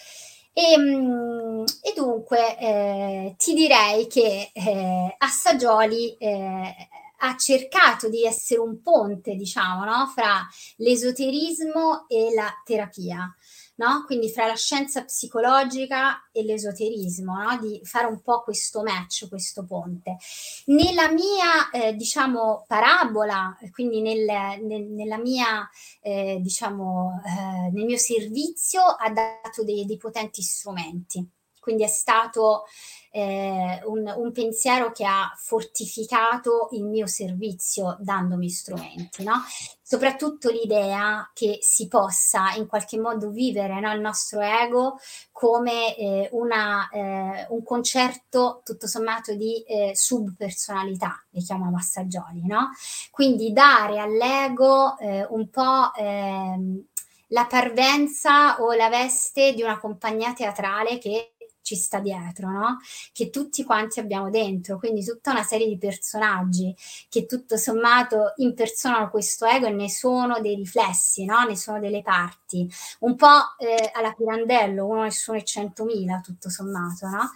e dunque ti direi che Assagioli ha cercato di essere un ponte, diciamo, no? Fra l'esoterismo e la terapia, no? Quindi fra la scienza psicologica e l'esoterismo, no? Di fare un po' questo match, questo ponte. Nella mia, diciamo, parabola, quindi nella mia, diciamo, nel mio servizio ha dato dei potenti strumenti. Quindi è stato un pensiero che ha fortificato il mio servizio dandomi strumenti, no? Soprattutto l'idea che si possa in qualche modo vivere, no, il nostro ego come un concerto tutto sommato di subpersonalità, le chiamo Massagioli, no? Quindi dare all'ego un po' la parvenza o la veste di una compagnia teatrale che ci sta dietro, no? Che tutti quanti abbiamo dentro, quindi tutta una serie di personaggi che tutto sommato impersonano questo ego e ne sono dei riflessi, no? Ne sono delle parti, un po' alla Pirandello, uno nessuno e 100.000 tutto sommato, no?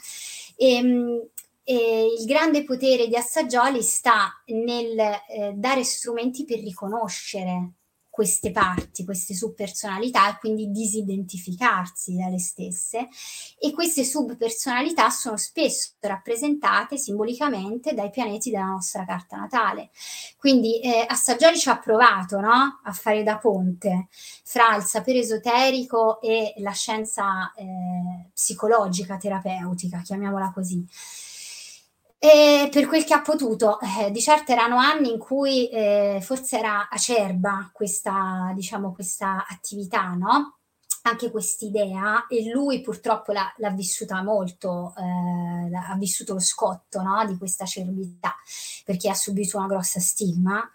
E il grande potere di Assagioli sta nel dare strumenti per riconoscere queste parti, queste subpersonalità e quindi disidentificarsi dalle stesse, e queste subpersonalità sono spesso rappresentate simbolicamente dai pianeti della nostra carta natale. Quindi Assagioli ci ha provato, no? A fare da ponte fra il sapere esoterico e la scienza psicologica, terapeutica, chiamiamola così. E per quel che ha potuto, di certo erano anni in cui forse era acerba questa, diciamo, questa attività, no? Anche quest'idea, e lui purtroppo l'ha vissuta molto, ha vissuto lo scotto, no? Di questa acerbità, perché ha subito una grossa stigma.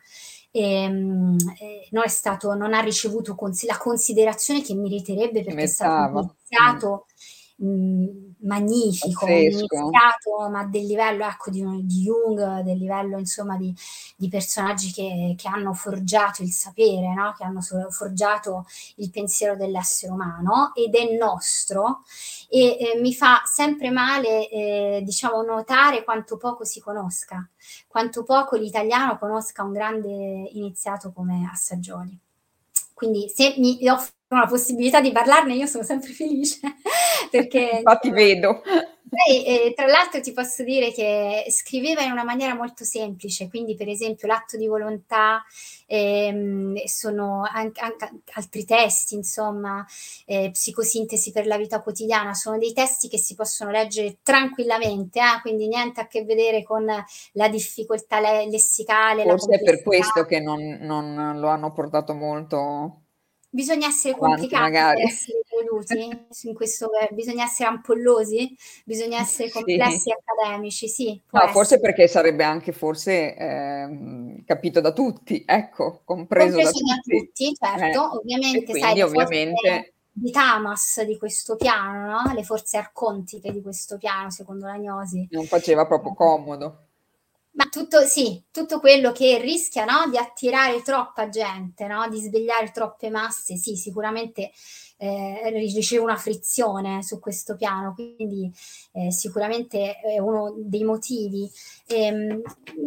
Non ha ricevuto la considerazione che meriterebbe perché è stato un mettava. iniziato magnifico, un Pazzesco. iniziato, ma del livello ecco, di Jung, del livello insomma di personaggi che hanno forgiato il sapere, no? Che hanno forgiato il pensiero dell'essere umano ed è nostro, e mi fa sempre male diciamo notare quanto poco si conosca, quanto poco l'italiano conosca un grande iniziato come Assagioli. Quindi se mi offrono la possibilità di parlarne io sono sempre felice perché Infatti insomma, vedo. poi, tra l'altro ti posso dire che scriveva in una maniera molto semplice, quindi per esempio l'atto di volontà, sono anche altri testi, insomma, psicosintesi per la vita quotidiana, sono dei testi che si possono leggere tranquillamente, quindi niente a che vedere con la difficoltà lessicale, la Forse è per complessità. questo che non lo hanno portato molto Bisogna essere avanti complicati per magari. essere evoluti in questo, bisogna essere ampollosi, bisogna essere Sì. complessi e accademici, sì, può No, forse essere. perché sarebbe anche forse, capito da tutti, ecco, compreso da Compreso da tutti. tutti, certo, E ovviamente sai quindi le forze ovviamente di Tamas di questo piano, no? Le forze arcontiche di questo piano, secondo la Gnosi. non faceva proprio comodo. Ma tutto, sì, tutto quello che rischia, no, di attirare troppa gente, no, di svegliare troppe masse, sì, sicuramente riceve una frizione su questo piano, quindi sicuramente è uno dei motivi. Ehm,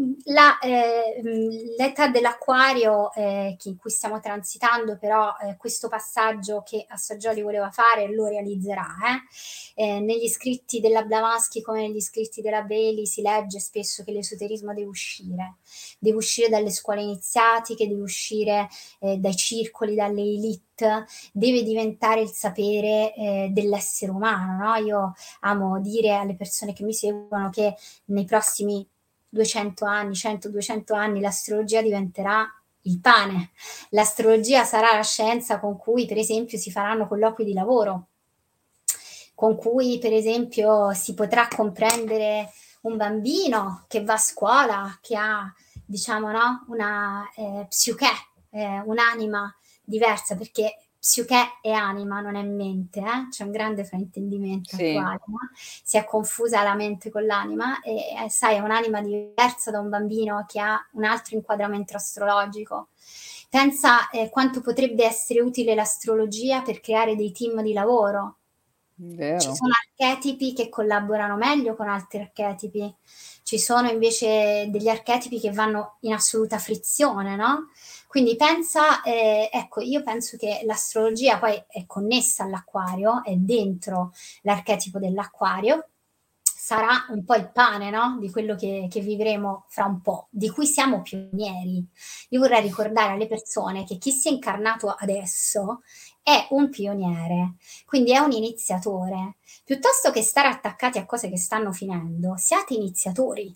l'età dell'acquario in cui stiamo transitando, però questo passaggio che Assaggioli voleva fare lo realizzerà. Negli scritti della Blavatsky come negli scritti della Bailey si legge spesso che l'esoterismo deve uscire dalle scuole iniziatiche, deve uscire dai circoli, dalle elite, deve diventare il sapere dell'essere umano, no? Io amo dire alle persone che mi seguono che nei prossimi 200 anni, 100-200 anni l'astrologia diventerà il pane. L'astrologia sarà la scienza con cui, per esempio, si faranno colloqui di lavoro, con cui, per esempio, si potrà comprendere un bambino che va a scuola, che ha, diciamo, no, una psiche, un'anima diversa, perché psiche è anima, non è mente, c'è un grande fraintendimento Sì. attuale, no? Si è confusa la mente con l'anima e sai, è un'anima diversa da un bambino che ha un altro inquadramento astrologico. Pensa quanto potrebbe essere utile l'astrologia per creare dei team di lavoro. Ci Vero. sono archetipi che collaborano meglio con altri archetipi, ci sono invece degli archetipi che vanno in assoluta frizione, no? Quindi pensa, ecco, io penso che l'astrologia poi è connessa all'acquario, è dentro l'archetipo dell'acquario, sarà un po' il pane, no? Di quello che vivremo fra un po', di cui siamo pionieri. Io vorrei ricordare alle persone che chi si è incarnato adesso è un pioniere, quindi è un iniziatore. Piuttosto che stare attaccati a cose che stanno finendo, siate iniziatori.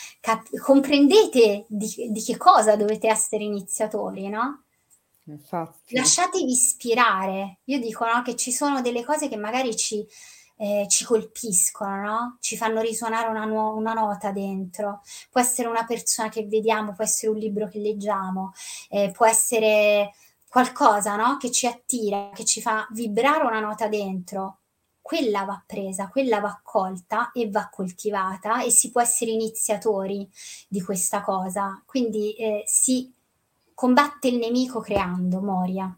Comprendete di che cosa dovete essere iniziatori, no? Infatti. Lasciatevi ispirare. Io dico, no, che ci sono delle cose che magari ci colpiscono, no? Ci fanno risuonare una nota dentro. Può essere una persona che vediamo, può essere un libro che leggiamo, può essere qualcosa, no? Che ci attira, che ci fa vibrare una nota dentro. Quella va presa, quella va colta e va coltivata e si può essere iniziatori di questa cosa. Quindi si combatte il nemico creando, Moria.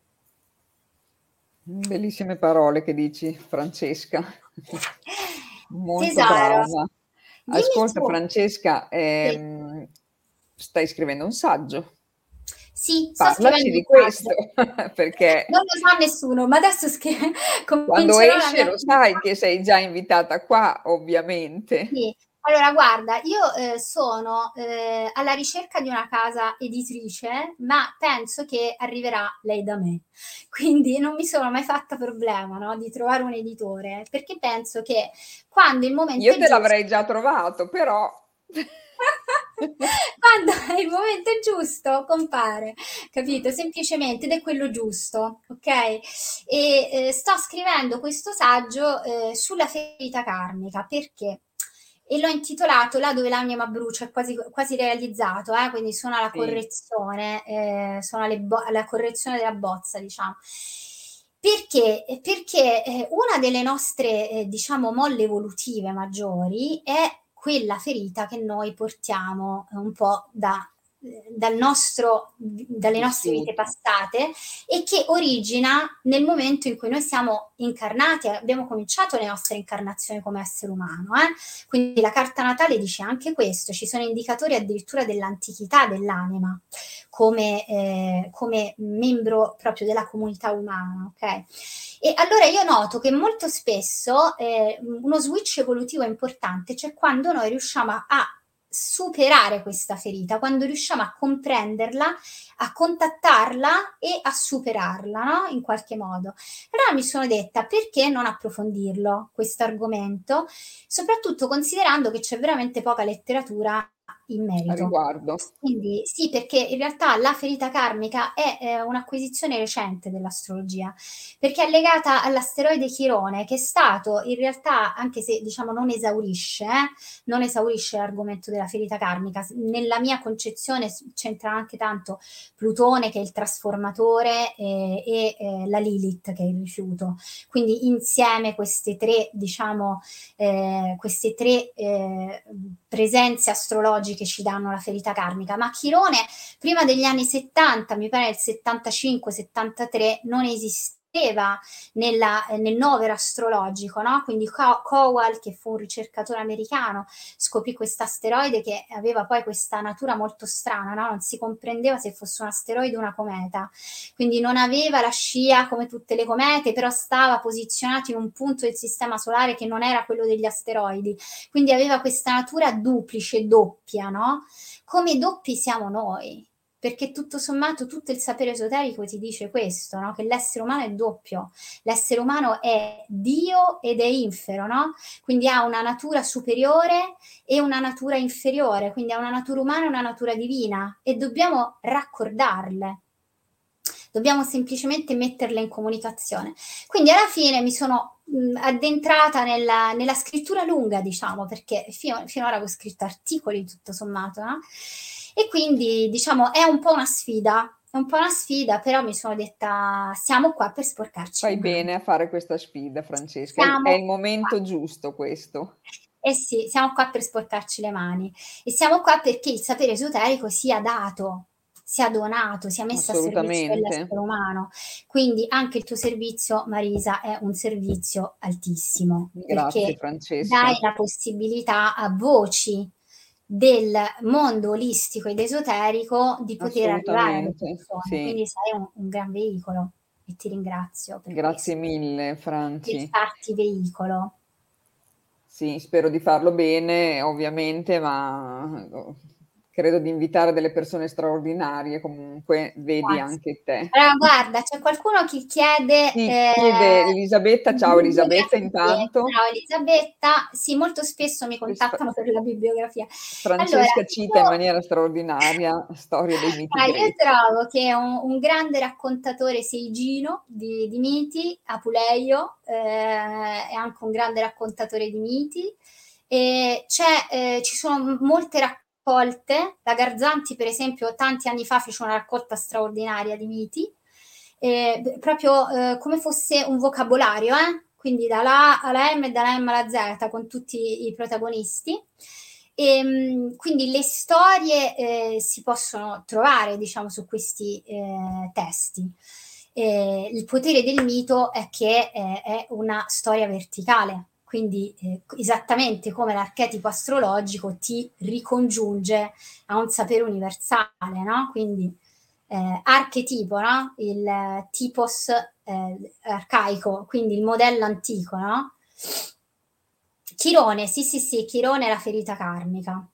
Bellissime parole che dici, Francesca. Molto Tesoro, brava. dimmi Ascolta, tu. Francesca, Sì, stai scrivendo un saggio. sì, sto Parlaci scrivendo un di questo, saggio. perché Non lo sa nessuno, ma adesso quando comincerò la esce mia lo sai attività. che sei già invitata qua, ovviamente. Sì. Allora, guarda, io sono alla ricerca di una casa editrice, ma penso che arriverà lei da me. Quindi non mi sono mai fatta problema, no, di trovare un editore, perché penso che quando il momento Io è te giusto. l'avrei già trovato, però Quando è il momento giusto compare, capito? Semplicemente ed è quello giusto, ok? E sto scrivendo questo saggio sulla ferita karmica perché? E l'ho intitolato Là dove l'anima brucia, è quasi, quasi realizzato, quindi sono alla sì. correzione, sono alla correzione della bozza, diciamo. Perché? Perché una delle nostre, diciamo, molle evolutive maggiori è quella ferita che noi portiamo un po' dalle nostre vite Vissuto. passate e che origina nel momento in cui noi siamo incarnati, abbiamo cominciato le nostre incarnazioni come essere umano. Quindi la carta natale dice anche questo, ci sono indicatori addirittura dell'antichità dell'anima come membro proprio della comunità umana, ok? E allora io noto che molto spesso uno switch evolutivo importante c'è quando noi riusciamo a superare questa ferita, quando riusciamo a comprenderla, a contattarla e a superarla, no? In qualche modo. Allora mi sono detta perché non approfondirlo, questo argomento, soprattutto considerando che c'è veramente poca letteratura in A merito. riguardo. Quindi sì, perché in realtà la ferita karmica è un'acquisizione recente dell'astrologia, perché è legata all'asteroide Chirone, che è stato in realtà, anche se diciamo non esaurisce l'argomento della ferita karmica, nella mia concezione c'entra anche tanto Plutone che è il trasformatore la Lilith che è il rifiuto. Quindi insieme queste tre, diciamo, presenze astrologiche che ci danno la ferita karmica, ma Chirone prima degli anni 70, mi pare nel 75-73, non esisteva nel novero astrologico, no? Quindi Cowell, che fu un ricercatore americano, scoprì questo asteroide che aveva poi questa natura molto strana, no? Non si comprendeva se fosse un asteroide o una cometa, quindi non aveva la scia come tutte le comete, però stava posizionato in un punto del sistema solare che non era quello degli asteroidi, quindi aveva questa natura duplice, doppia, no? Come doppi siamo noi, perché tutto sommato tutto il sapere esoterico ti dice questo, no? Che l'essere umano è doppio, l'essere umano è Dio ed è infero, no? Quindi ha una natura superiore e una natura inferiore, quindi ha una natura umana e una natura divina, e dobbiamo raccordarle. Dobbiamo semplicemente metterle in comunicazione. Quindi alla fine mi sono addentrata nella scrittura lunga, diciamo, perché finora avevo scritto articoli tutto sommato, no? E quindi, diciamo, è un po' una sfida, però mi sono detta, siamo qua per sporcarci le Fai mani. bene a fare questa sfida, Francesca, è Siamo il qua. momento giusto questo. Eh sì, siamo qua per sporcarci le mani, e siamo qua perché il sapere esoterico sia dato, sia donato, sia messo a servizio Assolutamente. dell'essere umano. Quindi anche il tuo servizio, Marisa, è un servizio altissimo, Grazie perché dai Francesca. la possibilità a voci del mondo olistico ed esoterico di poter arrivare alle Assolutamente, persone. sì. Quindi sei un gran veicolo, e ti ringrazio per Grazie questo, mille per Franci. farti veicolo. Sì, spero di farlo bene, ovviamente, ma credo di invitare delle persone straordinarie, comunque vedi Grazie. anche te. Allora guarda, c'è qualcuno che chiede, Sì, chiede Elisabetta, ciao Elisabetta bibliografie. intanto. Ciao Elisabetta, sì, molto spesso mi contattano per la bibliografia. Allora, Francesca cita in maniera straordinaria Storia dei miti io greci. trovo che un grande raccontatore sia Igino di miti, Apuleio, è anche un grande raccontatore di miti. Ci sono molte raccolte, la Garzanti per esempio tanti anni fa fece una raccolta straordinaria di miti, proprio come fosse un vocabolario, quindi dalla A alla M e dalla M alla Z con tutti i protagonisti. Quindi le storie si possono trovare, diciamo, su questi testi. Il potere del mito è che è una storia verticale, quindi esattamente come l'archetipo astrologico ti ricongiunge a un sapere universale, no? Quindi archetipo, no? Il tipos arcaico, quindi il modello antico, no? Chirone, sì, Chirone è la ferita karmica.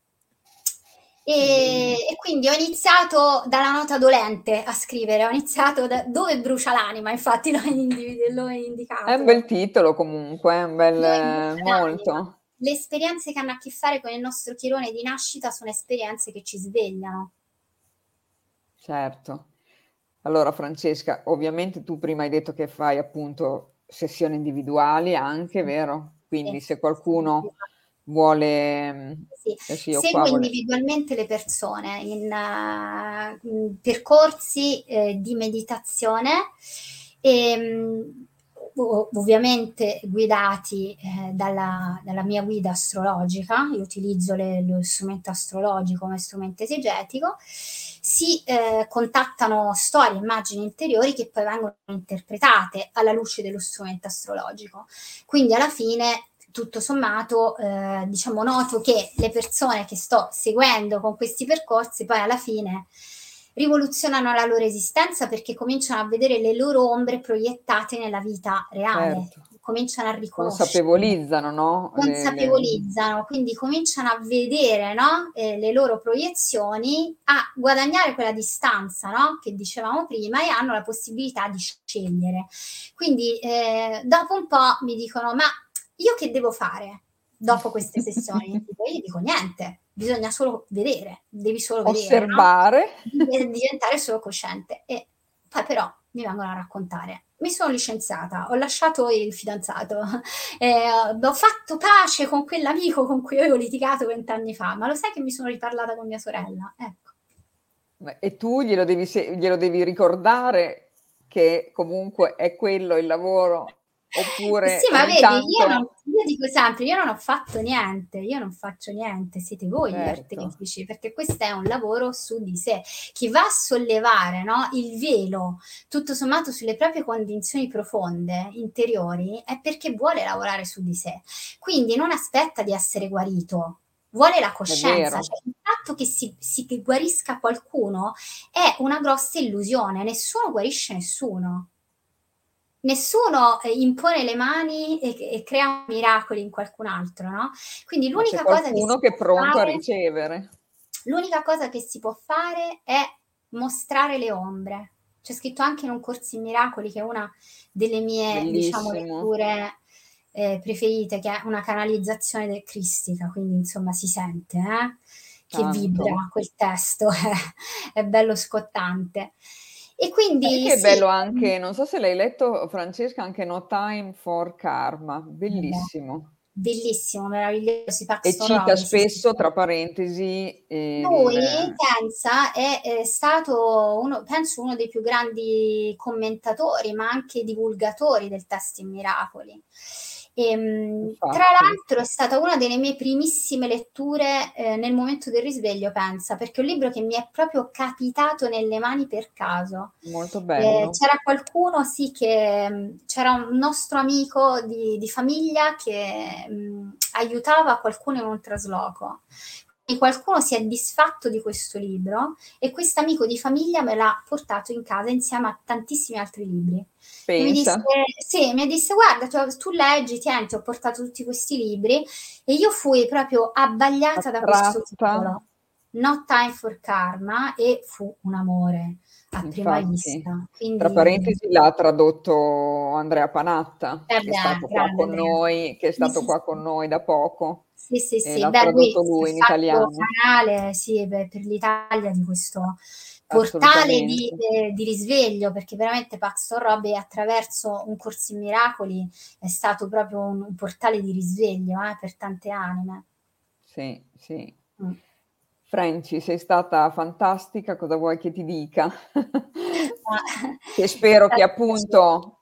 E quindi ho iniziato dalla nota dolente a scrivere, ho iniziato da dove brucia l'anima, infatti l'ho È un indicato. bel titolo comunque, è un Dove bel brucia l'anima? molto. Le esperienze che hanno a che fare con il nostro chirone di nascita sono esperienze che ci svegliano. Certo. Allora Francesca, ovviamente tu prima hai detto che fai appunto sessioni individuali anche, vero? Quindi Sì, se sì, qualcuno vuole, sì. adesso io qua Seguo vuole, individualmente le persone in percorsi di meditazione, e, ovviamente guidati dalla mia guida astrologica. Io utilizzo lo strumento astrologico come strumento esegetico. Si contattano storie, immagini interiori che poi vengono interpretate alla luce dello strumento astrologico. Quindi alla fine tutto sommato, diciamo, noto che le persone che sto seguendo con questi percorsi poi alla fine rivoluzionano la loro esistenza, perché cominciano a vedere le loro ombre proiettate nella vita reale, certo, cominciano a riconoscerle, consapevolizzano, no? consapevolizzano, quindi cominciano a vedere, no? Le loro proiezioni, a guadagnare quella distanza, no? Che dicevamo prima, e hanno la possibilità di scegliere. Quindi dopo un po' mi dicono, ma io che devo fare dopo queste sessioni? Io dico niente, bisogna solo vedere, devi solo vedere, no? Osservare. Diventare solo cosciente. E poi però mi vengono a raccontare. Mi sono licenziata, ho lasciato il fidanzato, ho fatto pace con quell'amico con cui avevo litigato 20 anni fa, ma lo sai che mi sono riparlata con mia sorella? Ecco. E tu glielo devi ricordare che comunque è quello il lavoro Oppure Sì, ma ogni vedi, tanto io dico sempre, io non ho fatto niente, io non faccio niente, siete voi gli certo, artefici, perché questo è un lavoro su di sé. Chi va a sollevare, no, il velo, tutto sommato, sulle proprie convinzioni profonde, interiori, è perché vuole lavorare su di sé. Quindi non aspetta di essere guarito, vuole la è coscienza. vero. Cioè, il fatto che che guarisca qualcuno è una grossa illusione, nessuno guarisce nessuno. Nessuno impone le mani e crea miracoli in qualcun altro, no, quindi Ma c'è qualcuno che è pronto a ricevere. l'unica cosa che si può fare è mostrare le ombre. C'è scritto anche in Un corso in miracoli, che è una delle mie, diciamo, Bellissimo, letture, preferite, che è una canalizzazione cristica, quindi insomma si sente, che tanto. vibra quel testo, è bello scottante. E Sai quindi che è sì, bello anche, non so se l'hai letto Francesca, anche No Time for Karma, vabbè, bellissimo. bellissimo, meraviglioso, E Paxton cita Robbins, sì, spesso, sì. tra parentesi, Lui, pensa, è stato penso uno dei più grandi commentatori, ma anche divulgatori del testo in miracoli. Tra infatti, l'altro è stata una delle mie primissime letture, nel momento del risveglio, pensa, perché è un libro che mi è proprio capitato nelle mani per caso. molto bello. C'era qualcuno, sì, che c'era un nostro amico di famiglia che aiutava qualcuno in un trasloco. E qualcuno si è disfatto di questo libro e quest'amico di famiglia me l'ha portato in casa insieme a tantissimi altri libri. E mi disse, Pensa, sì, mi disse, guarda, tu leggi, tieni, ti ho portato tutti questi libri, e io fui proprio abbagliata da questo attratta, titolo, No Time for Karma, e fu un amore a prima infatti. vista. Tra Quindi, parentesi l'ha tradotto Andrea Panatta, che è beh, stato qua grande con Andrea. noi, che è Sì, stato sì, qua con sì. noi da poco Sì, sì, e sì. l'ha Beh, lui tradotto si è lui in fatto italiano, canale, sì, per l'Italia, di questo portale assolutamente. di risveglio, perché veramente Paxton Robbie, attraverso Un corso in miracoli, è stato proprio un portale di risveglio, per tante anime. Sì, sì. Mm. Franci, sei stata fantastica, cosa vuoi che ti dica? Ma Che è spero che stato un piacere. appunto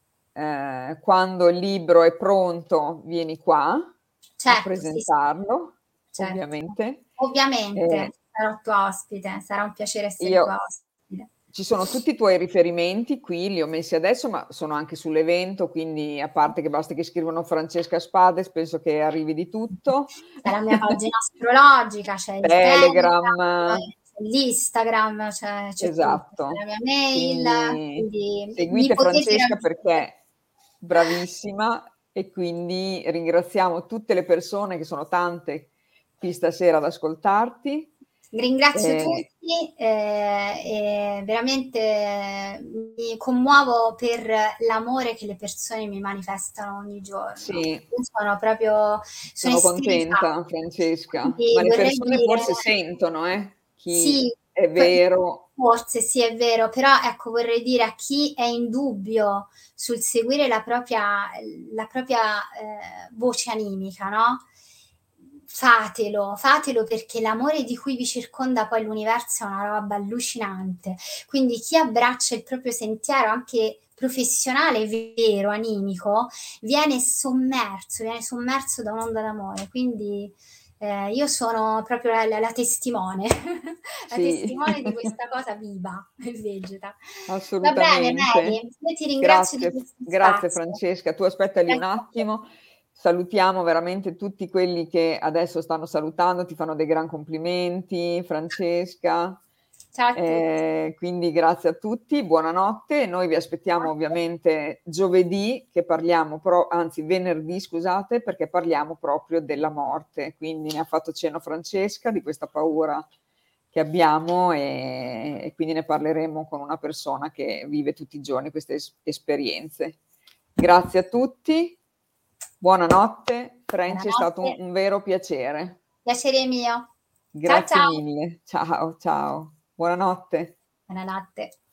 quando il libro è pronto vieni qua a Certo, sì, sì, presentarlo, certo. ovviamente. Ovviamente Eh, sarò tua ospite, sarà un piacere essere tua io ospite. Ci sono tutti i tuoi riferimenti qui, li ho messi adesso, ma sono anche sull'evento, quindi a parte che basta che scrivono Francesca Spades, penso che arrivi di tutto. C'è la mia pagina astrologica, c'è il Telegram, Telegram, c'è l'Instagram, c'è tutto, c'è la esatto. mia mail, Quindi quindi mi seguite potete Francesca raggiungere. perché è bravissima e quindi ringraziamo tutte le persone che sono tante qui stasera ad ascoltarti. Ringrazio Eh, tutti, e veramente mi commuovo per l'amore che le persone mi manifestano ogni giorno. sì, Io sono sono estesa, contenta, Francesca, quindi ma le vorrei persone dire forse sentono, chi sì, è vero, forse sì, è vero, però ecco, vorrei dire a chi è in dubbio sul seguire la propria voce animica, no? Fatelo perché l'amore di cui vi circonda poi l'universo è una roba allucinante. Quindi chi abbraccia il proprio sentiero anche professionale, vero, animico, viene sommerso da un'onda d'amore. Quindi io sono proprio la testimone, la sì, testimone di questa cosa viva e vegeta. Va bene, Mary, assolutamente. io ti ringrazio di Grazie, questo grazie spazio. Francesca. Tu aspetta lì un Grazie a te. attimo. Salutiamo veramente tutti quelli che adesso stanno salutando, ti fanno dei gran complimenti, Francesca. Ciao a tutti. Quindi grazie a tutti, buonanotte. Noi vi aspettiamo Buonanotte. ovviamente giovedì, che parliamo, anzi venerdì, scusate, perché parliamo proprio della morte. Quindi ne ha fatto cenno Francesca di questa paura che abbiamo e quindi ne parleremo con una persona che vive tutti i giorni queste esperienze. Grazie a tutti, buonanotte, Franci, è stato Buonanotte. un vero piacere. Piacere mio. Ciao Grazie ciao. mille, ciao, ciao, buonanotte. Buonanotte.